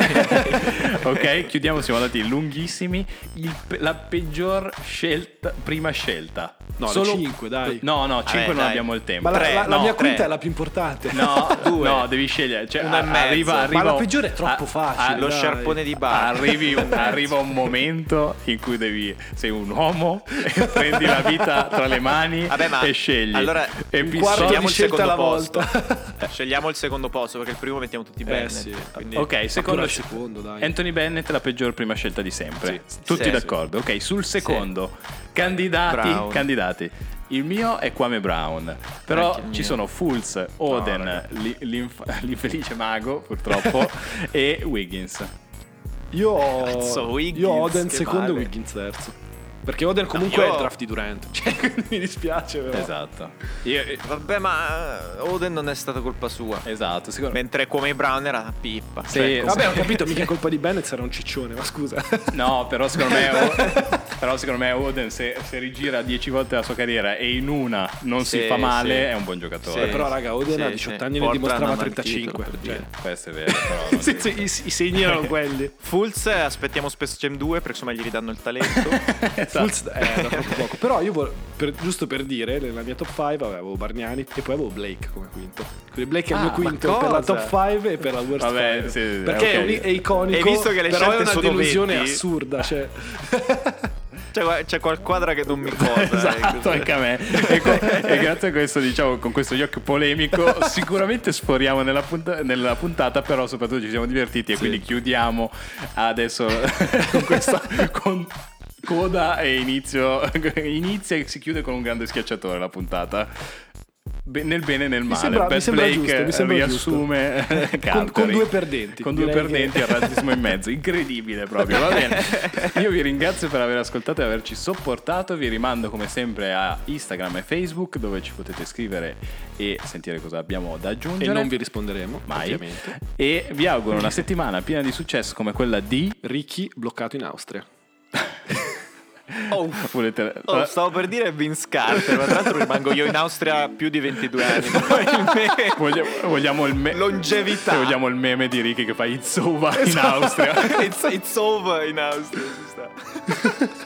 Ok, chiudiamo, siamo andati lunghissimi. Il pe- la peggior scelta, prima scelta. No, le cinque, dai. No, no, cinque non dai. abbiamo il tempo. Ma la, Tre, la- la no, mia tre. quinta è la più importante. No, Due. no, devi scegliere. Cioè, Una e a- mezzo. arriva, Ma arriva la un- peggiore è troppo facile, Lo dai. sciarpone di bar. Arrivi un- arriva un momento in cui devi sei un uomo e prendi la vita tra le mani Vabbè, ma e scegli. allora, Episodio- quarto scegliamo di il scelta secondo alla posto. volta. Scegliamo il secondo posto perché il primo mettiamo tutti bene. Eh, sì. Quindi... Ok, secondo, il secondo, dai. Anthony Bennett la peggior prima scelta di sempre. Sì. Tutti Sì, d'accordo. Ok, sul secondo, candidati, Brown. candidati. Il mio è Kwame Brown, però Anche il ci mio. sono Fultz, Oden, raga. li- l'inf- l'infelice mago purtroppo e Wiggins. Io ho, Cazzo, Wiggins, io ho Oden che secondo e male. Wiggins terzo. Perché Oden comunque io- è il draft di Durant. Cioè, quindi mi dispiace però. Esatto. Io- Vabbè, ma Oden non è stata colpa sua. esatto, secondo me. Mentre come Brown era una pippa. Sì, Cioè, Vabbè, ho capito, mica è colpa di Bennett, era un ciccione, ma scusa. No, però secondo me Però secondo me Oden se, se rigira dieci volte la sua carriera e in una non Sì, si fa male, sì. è un buon giocatore. Sì. Però raga, Oden Sì, a diciotto sì. anni ne Portano dimostrava a trentacinque. Marchito, per Cioè. dire. Questo è vero, però non Sì, si- sì, i, i segni erano quelli. Fulz, aspettiamo Space Jam due perché insomma gli ridanno il talento. Esatto. Fulz eh, era troppo poco. Però io vol- per- giusto per dire, nella mia top cinque avevo Bargnani e poi avevo Blake come quinto. Quindi Blake è il Ah, mio ma quinto per la cosa? top cinque e per la worst Vabbè, cinque. sì, sì, perché ok. è, un- è iconico. E visto che le però è scelte una sono delusione venti assurda. Cioè. C'è, c'è qualquadra che non mi cosa. Esatto, eh. anche a me. E, co- e grazie a questo, diciamo, con questo gioco polemico, sicuramente sforiamo nella, punta- nella puntata, però soprattutto ci siamo divertiti e Sì. quindi chiudiamo adesso con questa con coda e inizio inizia e si chiude con un grande schiacciatore la puntata. Be- nel bene e nel male. sembra- mi Bad sembra Blake giusto, mi sembra riassume con, Carter. con due perdenti. Con due Direi perdenti che- e il razzismo in mezzo, incredibile proprio, va bene. Io vi ringrazio per aver ascoltato e averci sopportato, vi rimando come sempre a Instagram e Facebook dove ci potete scrivere e sentire cosa abbiamo da E aggiungere. non vi risponderemo, mai. ovviamente. E vi auguro una settimana piena di successo come quella di... Ricky bloccato in Austria. Oh, Volete... oh, stavo per dire Vince Carter, ma tra l'altro rimango io in Austria più di ventidue anni. Probabilmente. Vogliamo, vogliamo il me- Longevità. Vogliamo il meme di Ricky che fa It's over in Austria. It's, it's over in Austria, ci sta.